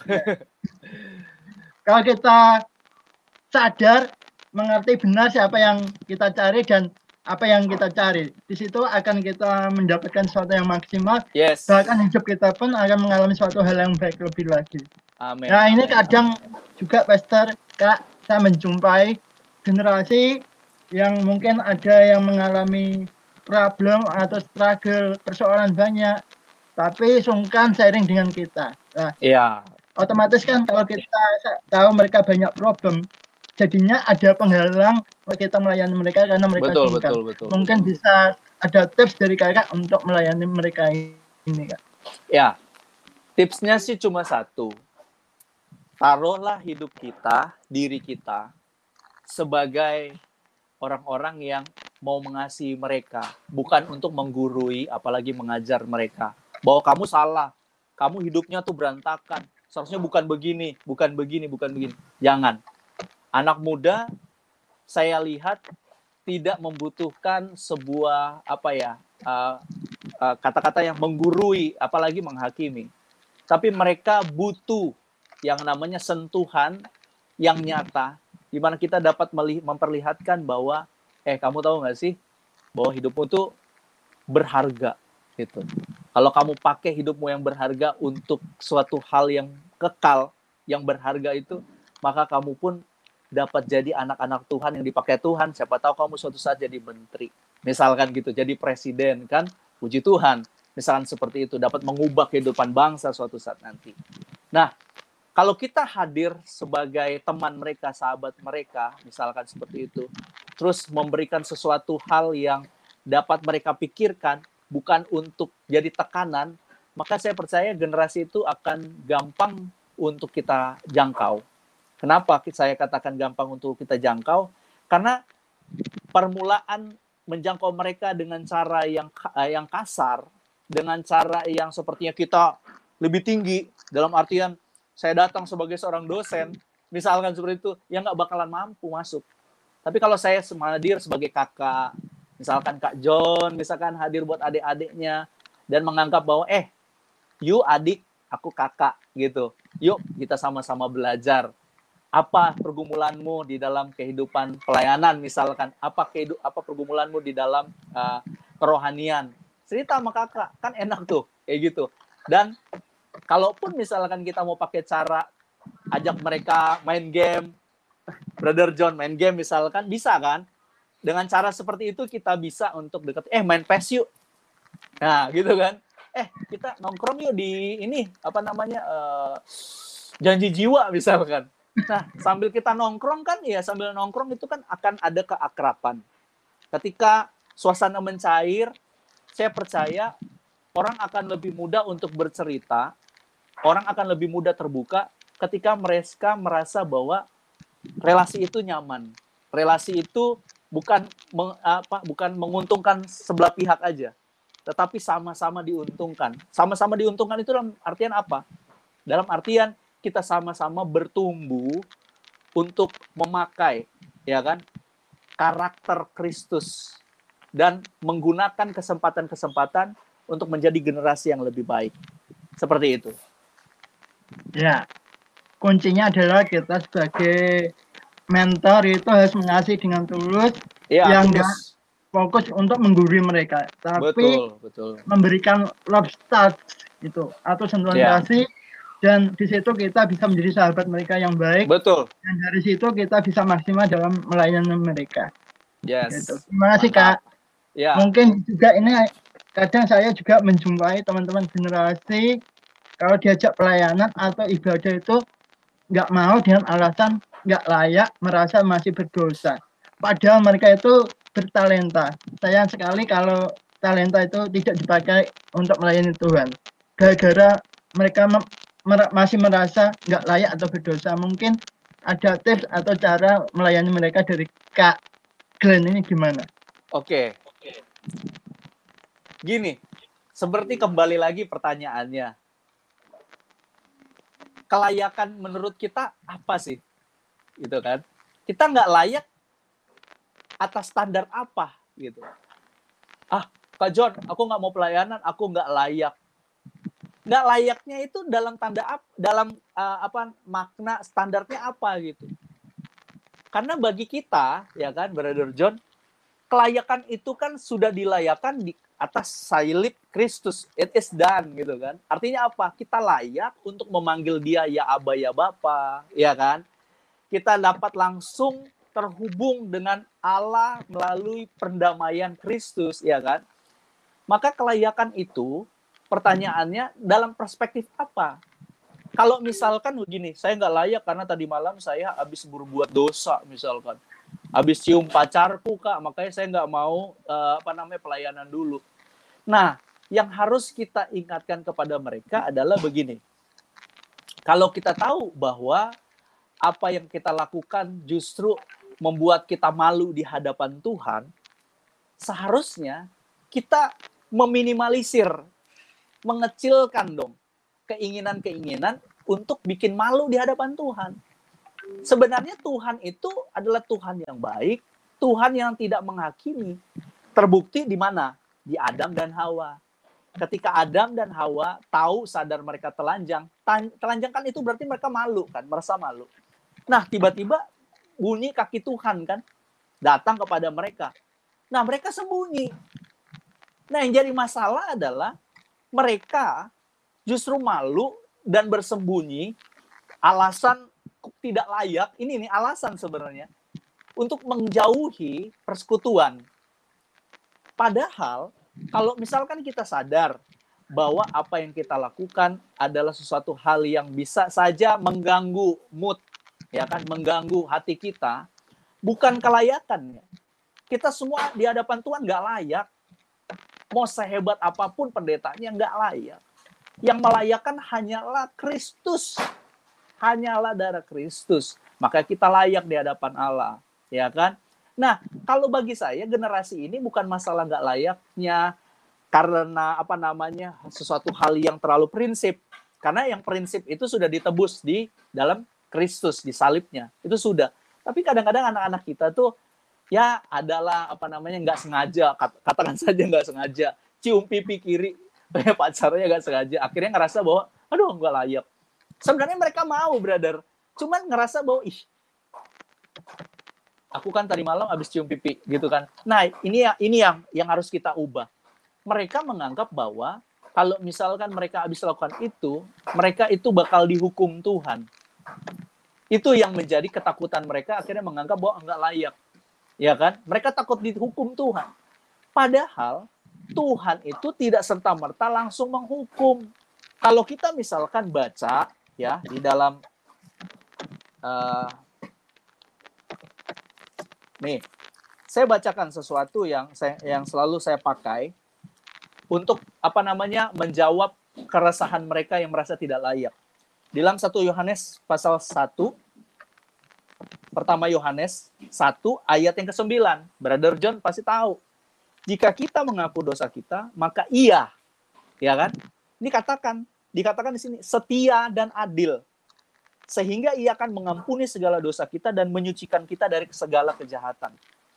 Speaker 1: Kalau kita sadar, mengerti benar siapa yang kita cari dan apa yang kita cari, di situ akan kita mendapatkan sesuatu yang maksimal.
Speaker 2: Yes.
Speaker 1: Bahkan hidup kita pun akan mengalami suatu hal yang baik lebih lagi.
Speaker 2: Amin.
Speaker 1: Nah, ini kadang juga Pastor, Kak, saya menjumpai generasi yang mungkin ada yang mengalami problem atau struggle, persoalan banyak, tapi sungkan sharing dengan kita. Nah,
Speaker 2: iya.
Speaker 1: Otomatis kan kalau kita tahu mereka banyak problem, jadinya ada penghalang kita melayani mereka karena mereka sungkan.
Speaker 2: Betul.
Speaker 1: Mungkin bisa ada tips dari Kakak untuk melayani mereka ini, Kak.
Speaker 2: Ya, tipsnya sih cuma satu. Taruhlah hidup kita, diri kita, sebagai orang-orang yang mau mengasihi mereka, bukan untuk menggurui, apalagi mengajar mereka bahwa kamu salah, kamu hidupnya tuh berantakan, seharusnya bukan begini. Jangan. Anak muda, saya lihat tidak membutuhkan sebuah kata-kata yang menggurui, apalagi menghakimi. Tapi mereka butuh yang namanya sentuhan yang nyata, di mana kita dapat memperlihatkan bahwa kamu tahu nggak sih bahwa hidupmu tuh berharga gitu. Kalau kamu pakai hidupmu yang berharga untuk suatu hal yang kekal, yang berharga itu, maka kamu pun dapat jadi anak-anak Tuhan yang dipakai Tuhan. Siapa tahu kamu suatu saat jadi menteri, misalkan gitu, jadi presiden kan, puji Tuhan. Misalkan seperti itu, dapat mengubah kehidupan bangsa suatu saat nanti. Nah, kalau kita hadir sebagai teman mereka, sahabat mereka, misalkan seperti itu, terus memberikan sesuatu hal yang dapat mereka pikirkan, bukan untuk jadi tekanan, maka saya percaya generasi itu akan gampang untuk kita jangkau. Kenapa saya katakan gampang untuk kita jangkau? Karena permulaan menjangkau mereka dengan cara yang kasar, dengan cara yang sepertinya kita lebih tinggi, dalam artian saya datang sebagai seorang dosen, misalkan seperti itu, ya nggak bakalan mampu masuk. Tapi kalau saya hadir sebagai kakak, misalkan Kak John, misalkan hadir buat adik-adiknya, dan menganggap bahwa, you adik, aku kakak, gitu. Yuk, kita sama-sama belajar. Apa pergumulanmu di dalam kehidupan pelayanan misalkan, apa pergumulanmu di dalam kerohanian, cerita sama kakak, kan enak tuh kayak gitu. Dan kalaupun misalkan kita mau pakai cara ajak mereka main game, Brother John main game misalkan, bisa kan? Dengan cara seperti itu kita bisa untuk dekat, main PES yuk. Nah, gitu kan. Kita nongkrong yuk di ini, apa namanya, janji jiwa misalkan. Nah, sambil kita nongkrong kan, ya sambil nongkrong itu kan akan ada keakraban. Ketika suasana mencair, saya percaya orang akan lebih mudah untuk bercerita, orang akan lebih mudah terbuka ketika mereka merasa bahwa relasi itu nyaman. Relasi itu bukan menguntungkan sebelah pihak aja, tetapi sama-sama diuntungkan. Sama-sama diuntungkan itu dalam artian apa? Dalam artian kita sama-sama bertumbuh untuk memakai, ya kan, karakter Kristus dan menggunakan kesempatan-kesempatan untuk menjadi generasi yang lebih baik. Seperti itu.
Speaker 1: Ya, kuncinya adalah kita sebagai mentor itu harus mengasihi dengan tulus, yang enggak fokus untuk menggurui mereka, tapi
Speaker 2: betul.
Speaker 1: memberikan love touch itu atau sentuhan kasih, dan di situ kita bisa menjadi sahabat mereka yang baik.
Speaker 2: Betul.
Speaker 1: Dan dari situ kita bisa maksimal dalam melayani mereka.
Speaker 2: Yes.
Speaker 1: Gitu. Terima kasih Kak.
Speaker 2: Ya.
Speaker 1: Mungkin juga ini kadang saya juga menjumpai teman-teman generasi kalau diajak pelayanan atau ibadah itu nggak mau dengan alasan nggak layak, merasa masih berdosa. Padahal mereka itu bertalenta. Sayang sekali kalau talenta itu tidak dipakai untuk melayani Tuhan. Gara-gara mereka masih merasa nggak layak atau berdosa. Mungkin ada tips atau cara melayani mereka dari Kak Glenn ini gimana?
Speaker 2: Oke. Gini, seperti kembali lagi pertanyaannya. Kelayakan menurut kita apa sih? Gitu kan. Kita nggak layak atas standar apa gitu. Kak John, aku nggak mau pelayanan, aku nggak layak. Nggak layaknya itu dalam makna standarnya apa gitu. Karena bagi kita, ya kan, Brother John, kelayakan itu kan sudah dilayakan di atas salib Kristus. It is done gitu kan. Artinya apa? Kita layak untuk memanggil dia ya Aba ya Bapa, ya kan? Kita dapat langsung terhubung dengan Allah melalui perdamaian Kristus, ya kan? Maka kelayakan itu, pertanyaannya dalam perspektif apa? Kalau misalkan begini, saya nggak layak karena tadi malam saya habis berbuat dosa misalkan. Habis cium pacarku, Kak, makanya saya nggak mau pelayanan dulu. Nah, yang harus kita ingatkan kepada mereka adalah begini. Kalau kita tahu bahwa apa yang kita lakukan justru membuat kita malu di hadapan Tuhan, seharusnya kita meminimalisir, mengecilkan dong keinginan-keinginan untuk bikin malu di hadapan Tuhan. Sebenarnya Tuhan itu adalah Tuhan yang baik, Tuhan yang tidak menghakimi. Terbukti di mana? Di Adam dan Hawa. Ketika Adam dan Hawa tahu, sadar mereka telanjang kan itu berarti mereka malu kan, merasa malu. Nah, tiba-tiba bunyi kaki Tuhan kan datang kepada mereka. Nah, mereka sembunyi. Nah, yang jadi masalah adalah mereka justru malu dan bersembunyi, alasan tidak layak, ini alasan sebenarnya, untuk menjauhi persekutuan. Padahal, kalau misalkan kita sadar bahwa apa yang kita lakukan adalah sesuatu hal yang bisa saja mengganggu mood, ya kan, mengganggu hati kita, bukan kelayakannya. Kita semua di hadapan Tuhan nggak layak. Mau sehebat apapun pendetanya nggak layak. Yang melayakkan hanyalah Kristus. Hanyalah darah Kristus. Maka kita layak di hadapan Allah. Ya kan? Nah, kalau bagi saya generasi ini bukan masalah nggak layaknya karena sesuatu hal yang terlalu prinsip. Karena yang prinsip itu sudah ditebus di dalam Kristus, di salibnya. Itu sudah. Tapi kadang-kadang anak-anak kita tuh ya adalah nggak sengaja, katakan saja nggak sengaja, cium pipi kiri pacarnya nggak sengaja, akhirnya ngerasa bahwa aduh nggak layak. Sebenarnya mereka mau, brother, cuman ngerasa bahwa aku kan tadi malam habis cium pipi gitu kan. Nah, ini yang harus kita ubah. Mereka menganggap bahwa kalau misalkan mereka habis lakukan itu, mereka itu bakal dihukum Tuhan. Itu yang menjadi ketakutan mereka, akhirnya menganggap bahwa enggak layak. Ya kan? Mereka takut dihukum Tuhan. Padahal Tuhan itu tidak serta-merta langsung menghukum. Kalau kita misalkan baca ya di dalam nih, saya bacakan sesuatu yang selalu saya pakai untuk menjawab keresahan mereka yang merasa tidak layak. Di dalam 1 Yohanes pasal 1, pertama Yohanes 1 ayat yang ke-9. Brother John pasti tahu. Jika kita mengaku dosa kita, maka Ia, ya kan? Ini dikatakan di sini setia dan adil. Sehingga Ia akan mengampuni segala dosa kita dan menyucikan kita dari segala kejahatan.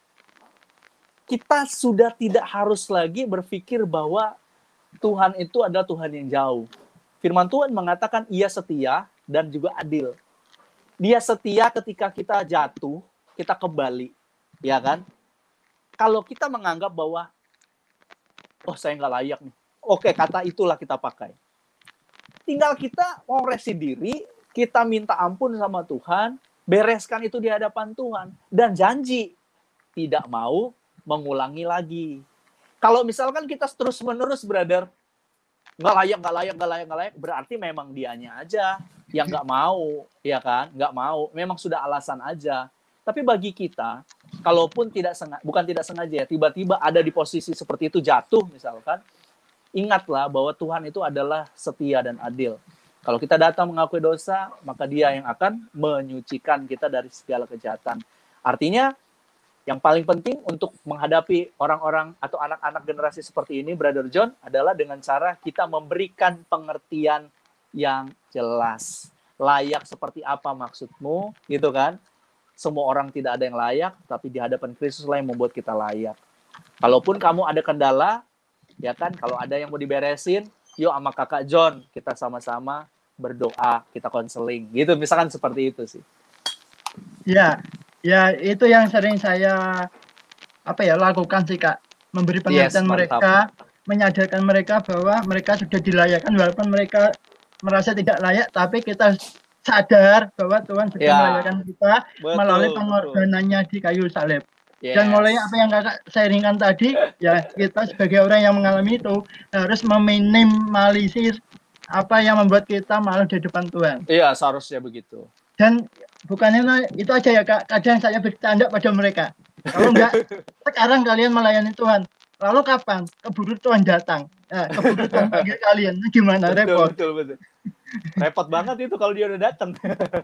Speaker 2: Kita sudah tidak harus lagi berpikir bahwa Tuhan itu adalah Tuhan yang jauh. Firman Tuhan mengatakan Ia setia dan juga adil. Dia setia ketika kita jatuh, kita kembali, ya kan? Kalau kita menganggap bahwa, saya nggak layak nih. Oke, kata itulah kita pakai. Tinggal kita ngoreksi diri, kita minta ampun sama Tuhan, bereskan itu di hadapan Tuhan, dan janji tidak mau mengulangi lagi. Kalau misalkan kita terus-menerus, brother, nggak layak, berarti memang dianya aja yang nggak mau, ya kan? Nggak mau, memang sudah alasan aja. Tapi bagi kita, kalaupun bukan tidak sengaja ya, tiba-tiba ada di posisi seperti itu, jatuh misalkan, ingatlah bahwa Tuhan itu adalah setia dan adil. Kalau kita datang mengakui dosa, maka Dia yang akan menyucikan kita dari segala kejahatan. Artinya, yang paling penting untuk menghadapi orang-orang atau anak-anak generasi seperti ini, Brother John, adalah dengan cara kita memberikan pengertian yang jelas. Layak seperti apa maksudmu, gitu kan? Semua orang tidak ada yang layak, tapi di hadapan Kristus lah yang membuat kita layak. Kalaupun kamu ada kendala, ya kan, kalau ada yang mau diberesin, yuk sama kakak John, kita sama-sama berdoa, kita konseling, gitu, misalkan seperti itu sih.
Speaker 1: Ya, itu yang sering saya lakukan sih, Kak. Memberi pengertian mereka, menyadarkan mereka bahwa mereka sudah dilayakkan walaupun mereka merasa tidak layak, tapi kita sadar bahwa Tuhan sudah melayakkan kita melalui pengorbanannya di kayu salib. Dan mulai apa yang Kakak sharingkan tadi, ya kita sebagai orang yang mengalami itu harus meminimalisir apa yang membuat kita malu di depan Tuhan.
Speaker 2: Iya, seharusnya begitu.
Speaker 1: Dan bukannya itu aja ya, Kak, kadang saya bercanda pada mereka. Kalau enggak, sekarang kalian melayani Tuhan, lalu kapan? Keburu Tuhan datang. Keburu Tuhan panggil kalian, gimana? Repot.
Speaker 2: Betul. Repot banget itu kalau dia udah datang.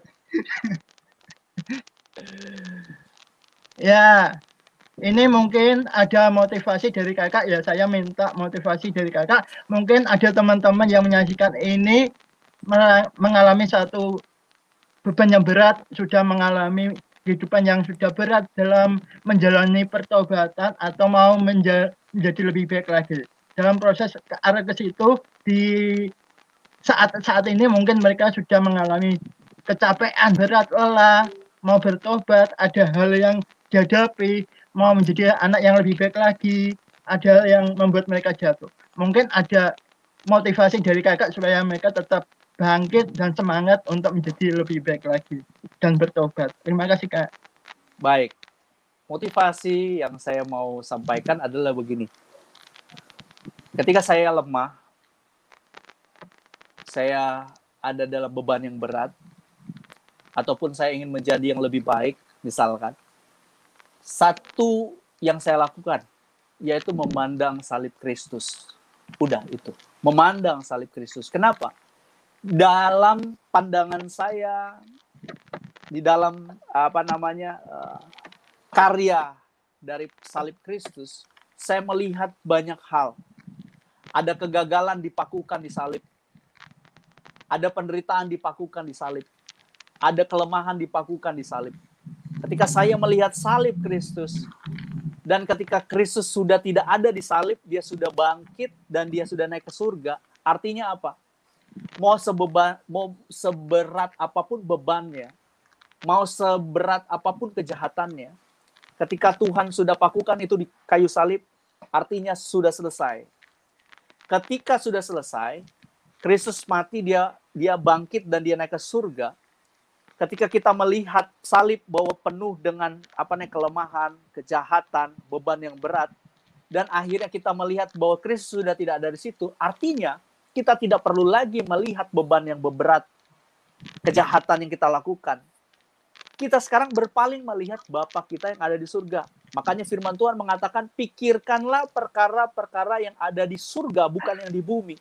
Speaker 1: Ya, ini mungkin ada motivasi dari Kakak ya. Saya minta motivasi dari Kakak. Mungkin ada teman-teman yang menyaksikan ini mengalami satu beban yang berat, sudah mengalami kehidupan yang sudah berat dalam menjalani pertobatan atau mau menjadi lebih baik lagi. Dalam proses ke arah ke situ, di saat ini mungkin mereka sudah mengalami kecapean, berat, lelah, mau bertobat, ada hal yang dihadapi, mau menjadi anak yang lebih baik lagi, ada yang membuat mereka jatuh. Mungkin ada motivasi dari Kakak supaya mereka tetap bangkit dan semangat untuk menjadi lebih baik lagi dan bertobat. Terima kasih, Kak.
Speaker 2: Baik. Motivasi yang saya mau sampaikan adalah begini. Ketika saya lemah, saya ada dalam beban yang berat, ataupun saya ingin menjadi yang lebih baik, misalkan, satu yang saya lakukan, yaitu memandang salib Kristus. Udah itu. Memandang salib Kristus. Kenapa? Dalam pandangan saya, di dalam karya dari salib Kristus, saya melihat banyak hal. Ada kegagalan dipakukan di salib. Ada penderitaan dipakukan di salib. Ada kelemahan dipakukan di salib. Ketika saya melihat salib Kristus, dan ketika Kristus sudah tidak ada di salib, dia sudah bangkit dan dia sudah naik ke surga, artinya apa? Mau seberat apapun bebannya, mau seberat apapun kejahatannya, ketika Tuhan sudah pakukan itu di kayu salib, artinya sudah selesai. Ketika sudah selesai, Kristus mati, dia bangkit dan dia naik ke surga. Ketika kita melihat salib bahwa penuh dengan kelemahan, kejahatan, beban yang berat, dan akhirnya kita melihat bahwa Kristus sudah tidak ada di situ, artinya kita tidak perlu lagi melihat beban yang berat, kejahatan yang kita lakukan. Kita sekarang berpaling melihat Bapa kita yang ada di surga. Makanya firman Tuhan mengatakan, pikirkanlah perkara-perkara yang ada di surga, bukan yang di bumi.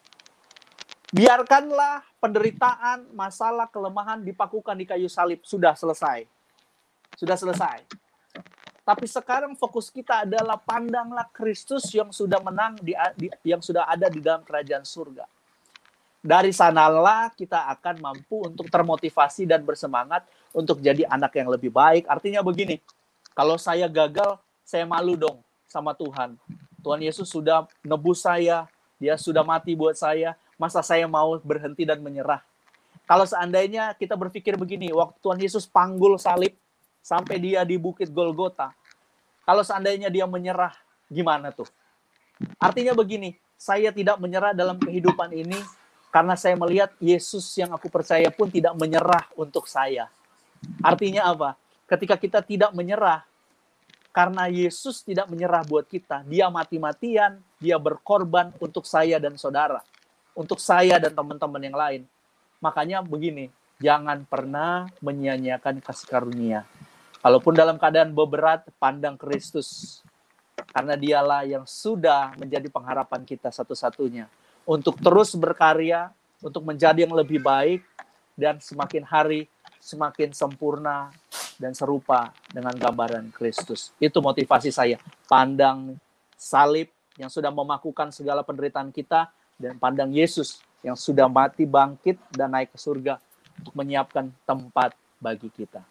Speaker 2: Biarkanlah penderitaan, masalah, kelemahan dipakukan di kayu salib. Sudah selesai. Sudah selesai. Tapi sekarang fokus kita adalah pandanglah Kristus yang sudah menang, yang sudah ada di dalam kerajaan surga. Dari sanalah kita akan mampu untuk termotivasi dan bersemangat untuk jadi anak yang lebih baik. Artinya begini, kalau saya gagal, saya malu dong sama Tuhan. Tuhan Yesus sudah nebus saya, dia sudah mati buat saya, masa saya mau berhenti dan menyerah? Kalau seandainya kita berpikir begini, waktu Tuhan Yesus panggul salib sampai dia di Bukit Golgota, kalau seandainya dia menyerah, gimana tuh? Artinya begini, saya tidak menyerah dalam kehidupan ini, karena saya melihat Yesus yang aku percaya pun tidak menyerah untuk saya. Artinya apa? Ketika kita tidak menyerah, karena Yesus tidak menyerah buat kita, dia mati-matian, dia berkorban untuk saya dan saudara, untuk saya dan teman-teman yang lain. Makanya begini, jangan pernah menyia-nyiakan kasih karunia. Kalaupun dalam keadaan berat, pandang Kristus. Karena dialah yang sudah menjadi pengharapan kita satu-satunya. Untuk terus berkarya, untuk menjadi yang lebih baik, dan semakin hari semakin sempurna dan serupa dengan gambaran Kristus. Itu motivasi saya. Pandang salib yang sudah memakukan segala penderitaan kita, dan pandang Yesus yang sudah mati, bangkit, dan naik ke surga untuk menyiapkan tempat bagi kita.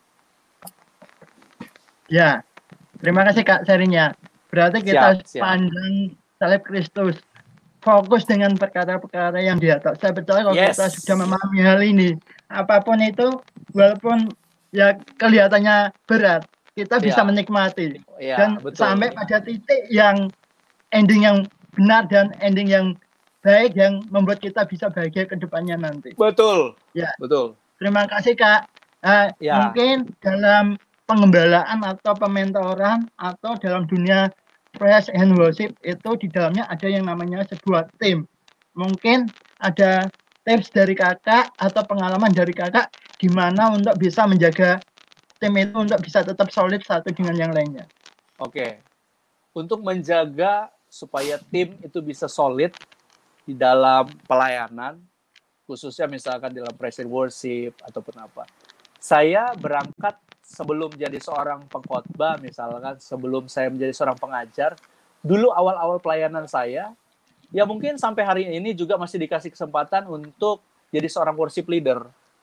Speaker 1: Ya, terima kasih Kak sharingnya. Berarti kita
Speaker 2: Siap.
Speaker 1: pandang salib Kristus, fokus dengan perkara-perkara yang di atas. Saya percaya kalau kita sudah memahami hal ini, apapun itu, walaupun ya kelihatannya berat, kita bisa menikmati. Dan betul. Sampai pada titik yang ending yang benar dan ending yang baik yang membuat kita bisa bahagia ke depannya nanti.
Speaker 2: Betul.
Speaker 1: Ya.
Speaker 2: Betul.
Speaker 1: Terima kasih Kak. Mungkin dalam pengembalaan atau pementoran atau dalam dunia praise and worship itu di dalamnya ada yang namanya sebuah tim. Mungkin ada tips dari kakak atau pengalaman dari kakak gimana untuk bisa menjaga tim itu untuk bisa tetap solid satu dengan yang lainnya.
Speaker 2: Oke. Untuk menjaga supaya tim itu bisa solid di dalam pelayanan, khususnya misalkan dalam praise and worship ataupun apa. Saya berangkat sebelum jadi seorang pengkhotbah, misalkan sebelum saya menjadi seorang pengajar, dulu awal-awal pelayanan saya, ya mungkin sampai hari ini juga masih dikasih kesempatan untuk jadi seorang worship leader.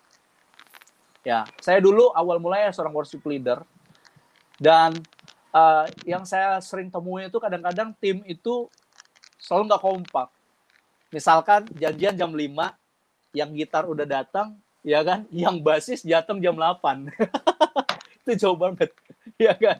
Speaker 2: Ya, saya dulu awal mulanya seorang worship leader, dan yang saya sering temui itu kadang-kadang tim itu selalu nggak kompak. Misalkan janjian jam 5, yang gitar udah datang, ya kan, yang basis datang jam 8. Itu jauh banget, ya kan?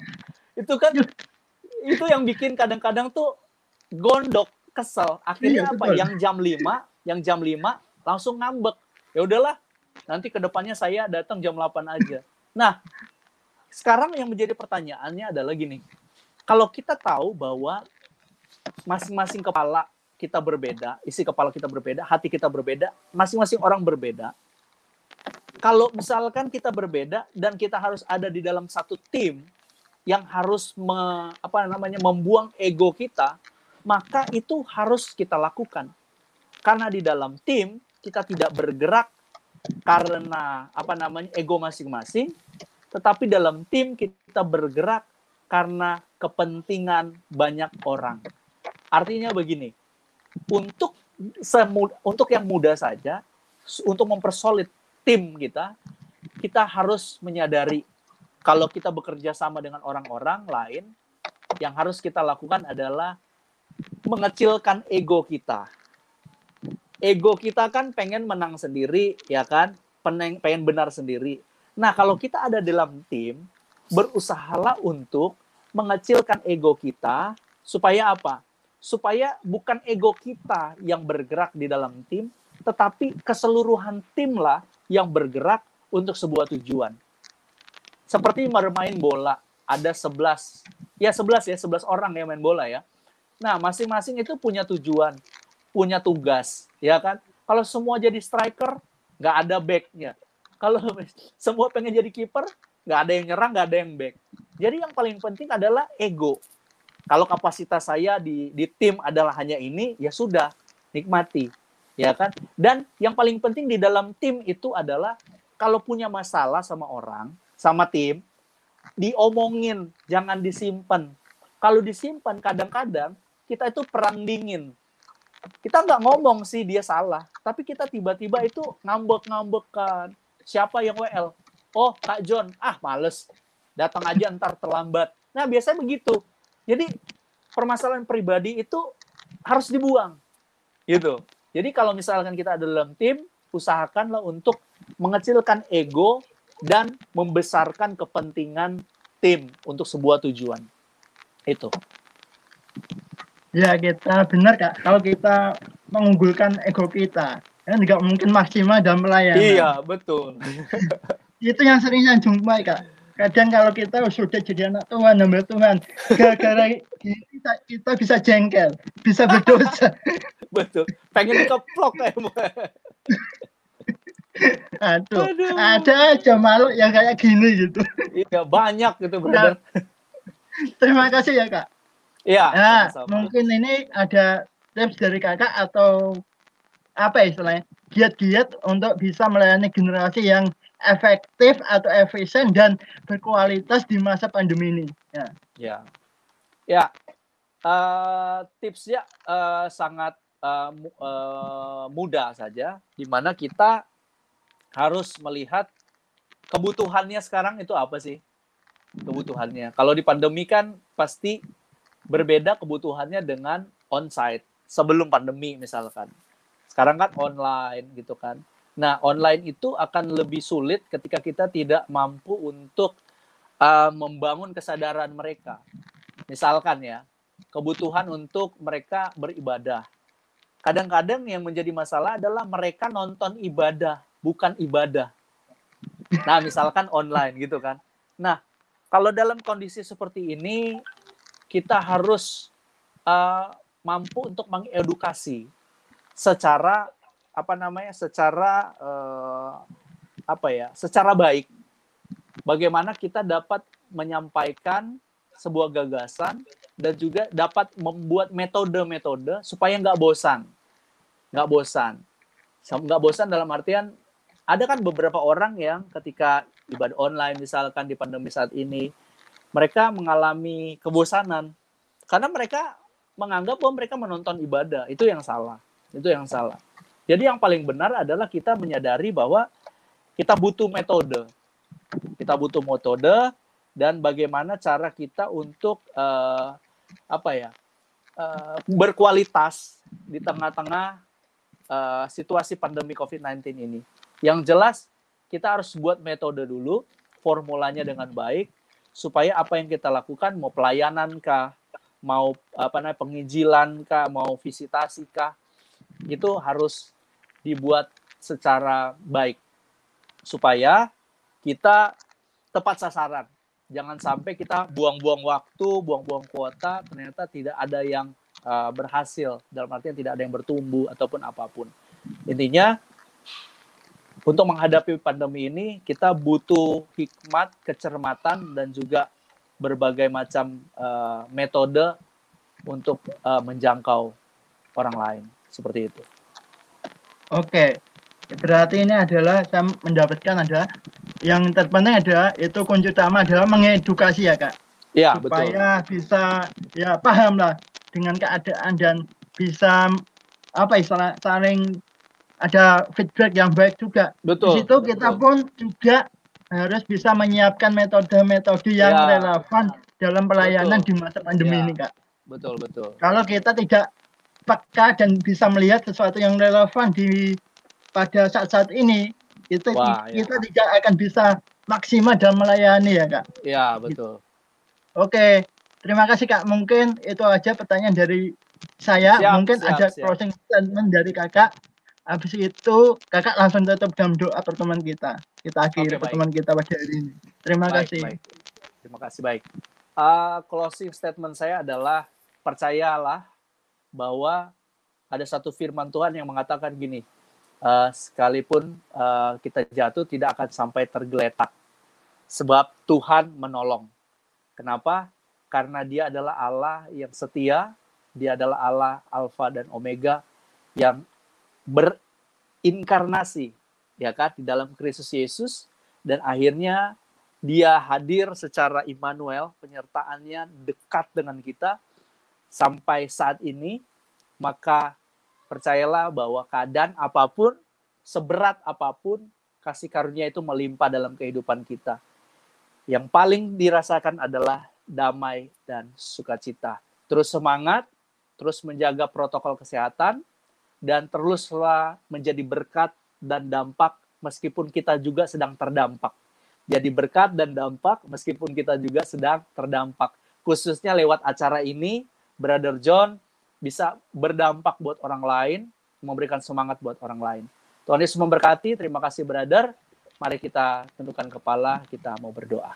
Speaker 2: Itu yang bikin kadang-kadang tuh gondok, kesel. Akhirnya apa? Yang jam 5 langsung ngambek. Ya udahlah, nanti kedepannya saya datang jam 8 aja. Nah, sekarang yang menjadi pertanyaannya adalah gini. Kalau kita tahu bahwa masing-masing kepala kita berbeda, isi kepala kita berbeda, hati kita berbeda, masing-masing orang berbeda. Kalau misalkan kita berbeda dan kita harus ada di dalam satu tim yang harus membuang ego kita, maka itu harus kita lakukan. Karena di dalam tim kita tidak bergerak karena ego masing-masing, tetapi dalam tim kita bergerak karena kepentingan banyak orang. Artinya begini, untuk yang muda saja, untuk mempersolid tim kita harus menyadari kalau kita bekerja sama dengan orang-orang lain, yang harus kita lakukan adalah mengecilkan ego kita. Ego kita kan pengen menang sendiri, ya kan? Pengen benar sendiri. Nah, kalau kita ada dalam tim, berusahalah untuk mengecilkan ego kita supaya apa? Supaya bukan ego kita yang bergerak di dalam tim, tetapi keseluruhan tim lah yang bergerak untuk sebuah tujuan. Seperti bermain bola, ada 11 orang yang main bola ya. Nah, masing-masing itu punya tujuan, punya tugas, ya kan? Kalau semua jadi striker, nggak ada back-nya. Kalau semua pengen jadi kiper, nggak ada yang nyerang, nggak ada yang back. Jadi yang paling penting adalah ego. Kalau kapasitas saya di tim adalah hanya ini, ya sudah, nikmati, ya kan? Dan yang paling penting di dalam tim itu adalah kalau punya masalah sama orang, sama tim, diomongin, jangan disimpan. Kalau disimpan, kadang-kadang kita itu perang dingin. Kita nggak ngomong sih dia salah, tapi kita tiba-tiba itu ngambek-ngambekan. Siapa yang WL? Oh, Kak John. Ah, males. Datang aja ntar terlambat. Nah, biasanya begitu. Jadi, permasalahan pribadi itu harus dibuang. Gitu. Jadi, kalau misalkan kita ada dalam tim, usahakanlah untuk mengecilkan ego dan membesarkan kepentingan tim untuk sebuah tujuan. Itu.
Speaker 1: Ya, kita benar, Kak. Kalau kita mengunggulkan ego kita, kan nggak mungkin maksimal dalam pelayanan.
Speaker 2: Iya, betul.
Speaker 1: Itu yang sering saya jumpai, Kak. Kadang kalau kita sudah jadi anak Tuhan, hamba Tuhan, gara-gara kita bisa jengkel, bisa berdosa.
Speaker 2: Betul. Pengen dikeplok kayak
Speaker 1: Aduh, ada aja makhluk yang kayak gini gitu.
Speaker 2: Iya, banyak gitu, brother.
Speaker 1: Terima kasih ya, Kak.
Speaker 2: Iya,
Speaker 1: Nah,
Speaker 2: sama-sama.
Speaker 1: mungkin ini ada tips dari Kakak atau apa istilahnya, giat-giat untuk bisa melayani generasi yang efektif atau efisien dan berkualitas di masa pandemi ini.
Speaker 2: Ya. Tipsnya sangat mudah saja, di mana kita harus melihat kebutuhannya sekarang itu apa sih? Kebutuhannya. Kalau di pandemi kan pasti berbeda kebutuhannya dengan on-site sebelum pandemi misalkan. Sekarang kan online gitu kan. Nah, online itu akan lebih sulit ketika kita tidak mampu untuk membangun kesadaran mereka. Misalkan ya, kebutuhan untuk mereka beribadah. Kadang-kadang yang menjadi masalah adalah mereka nonton ibadah, bukan ibadah. Nah, misalkan online gitu kan. Nah, kalau dalam kondisi seperti ini, kita harus mampu untuk mengedukasi secara secara baik. Bagaimana kita dapat menyampaikan sebuah gagasan dan juga dapat membuat metode-metode supaya nggak bosan. Nggak bosan dalam artian, ada kan beberapa orang yang ketika ibadah online misalkan di pandemi saat ini, mereka mengalami kebosanan. Karena mereka menganggap bahwa mereka menonton ibadah. Itu yang salah. Jadi yang paling benar adalah kita menyadari bahwa kita butuh metode. Dan bagaimana cara kita untuk berkualitas di tengah-tengah situasi pandemi COVID-19 ini. Yang jelas kita harus buat metode dulu, formulanya dengan baik, supaya apa yang kita lakukan, mau pelayanan kah, mau penginjilan kah, mau visitasi kah, itu harus dibuat secara baik supaya kita tepat sasaran. Jangan sampai kita buang-buang waktu, buang-buang kuota, ternyata tidak ada yang berhasil, dalam artian tidak ada yang bertumbuh ataupun apapun. Intinya, untuk menghadapi pandemi ini, kita butuh hikmat, kecermatan, dan juga berbagai macam metode untuk menjangkau orang lain. Seperti itu.
Speaker 1: Oke, berarti ini adalah saya mendapatkan adalah yang terpenting adalah itu kunci utama adalah mengedukasi ya, Kak.
Speaker 2: Ya,
Speaker 1: supaya
Speaker 2: betul.
Speaker 1: Bisa ya paham lah dengan keadaan dan bisa saling ada feedback yang baik juga.
Speaker 2: Betul.
Speaker 1: Di situ kita pun juga harus bisa menyiapkan metode-metode yang relevan dalam pelayanan di masa pandemi ini, Kak.
Speaker 2: Betul.
Speaker 1: Kalau kita tidak peka dan bisa melihat sesuatu yang relevan pada saat-saat ini, kita tidak akan bisa maksimal dalam melayani ya Kak.
Speaker 2: Ya, betul.
Speaker 1: Oke, terima kasih Kak. Mungkin itu aja pertanyaan dari saya.
Speaker 2: Siap,
Speaker 1: Mungkin
Speaker 2: siap,
Speaker 1: ada
Speaker 2: siap.
Speaker 1: closing statement dari Kakak. Habis itu Kakak langsung tutup dalam doa pertemuan kita. Kita akhiri
Speaker 2: Oke, baik.
Speaker 1: pertemuan kita pada hari ini. Terima kasih.
Speaker 2: Baik. Terima kasih, baik. Closing statement saya adalah percayalah bahwa ada satu firman Tuhan yang mengatakan gini, sekalipun kita jatuh tidak akan sampai tergeletak, sebab Tuhan menolong. Kenapa? Karena Dia adalah Allah yang setia, Dia adalah Allah Alfa dan Omega yang berinkarnasi, ya kan, di dalam Kristus Yesus, dan akhirnya Dia hadir secara Immanuel, penyertaannya dekat dengan kita sampai saat ini. Maka percayalah bahwa keadaan apapun, seberat apapun, kasih karunia itu melimpah dalam kehidupan kita. Yang paling dirasakan adalah damai dan sukacita. Terus semangat, terus menjaga protokol kesehatan, dan teruslah menjadi berkat dan dampak meskipun kita juga sedang terdampak. Jadi berkat dan dampak meskipun kita juga sedang terdampak. Khususnya lewat acara ini, Brother John bisa berdampak buat orang lain, memberikan semangat buat orang lain. Tuhan Yesus memberkati. Terima kasih, Brother. Mari kita tundukkan kepala, kita mau berdoa.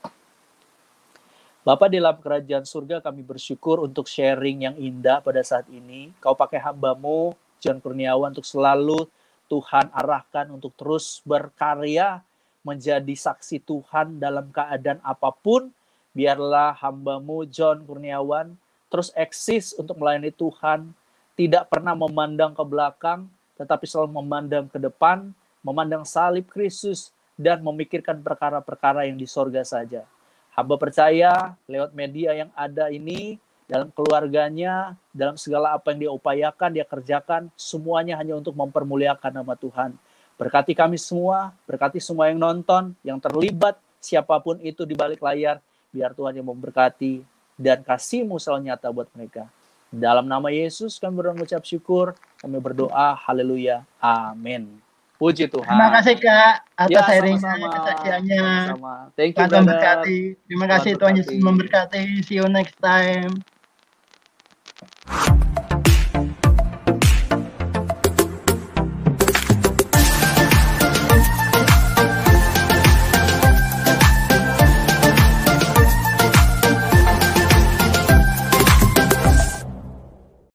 Speaker 2: Bapa di dalam kerajaan surga, kami bersyukur untuk sharing yang indah pada saat ini. Kau pakai hamba-Mu, John Kurniawan, untuk selalu Tuhan arahkan untuk terus berkarya, menjadi saksi Tuhan dalam keadaan apapun. Biarlah hamba-Mu John Kurniawan terus eksis untuk melayani Tuhan, tidak pernah memandang ke belakang, tetapi selalu memandang ke depan, memandang salib Kristus, dan memikirkan perkara-perkara yang di sorga saja. Hamba percaya lewat media yang ada ini, dalam keluarganya, dalam segala apa yang dia upayakan, dia kerjakan, semuanya hanya untuk mempermuliakan nama Tuhan. Berkati kami semua, berkati semua yang nonton, yang terlibat, siapapun itu di balik layar, biar Tuhan yang memberkati, dan kasih-Mu selalu nyata buat mereka. Dalam nama Yesus kami mengucap syukur, kami berdoa, haleluya, amin. Puji Tuhan.
Speaker 1: Terima kasih Kak atas sharingnya,
Speaker 2: sama-sama.
Speaker 1: kesaksiannya.
Speaker 2: Sama-sama. Thank you,
Speaker 1: Tuhan
Speaker 2: brother.
Speaker 1: memberkati. Terima kasih Tuhan Yesus memberkati. See you next time.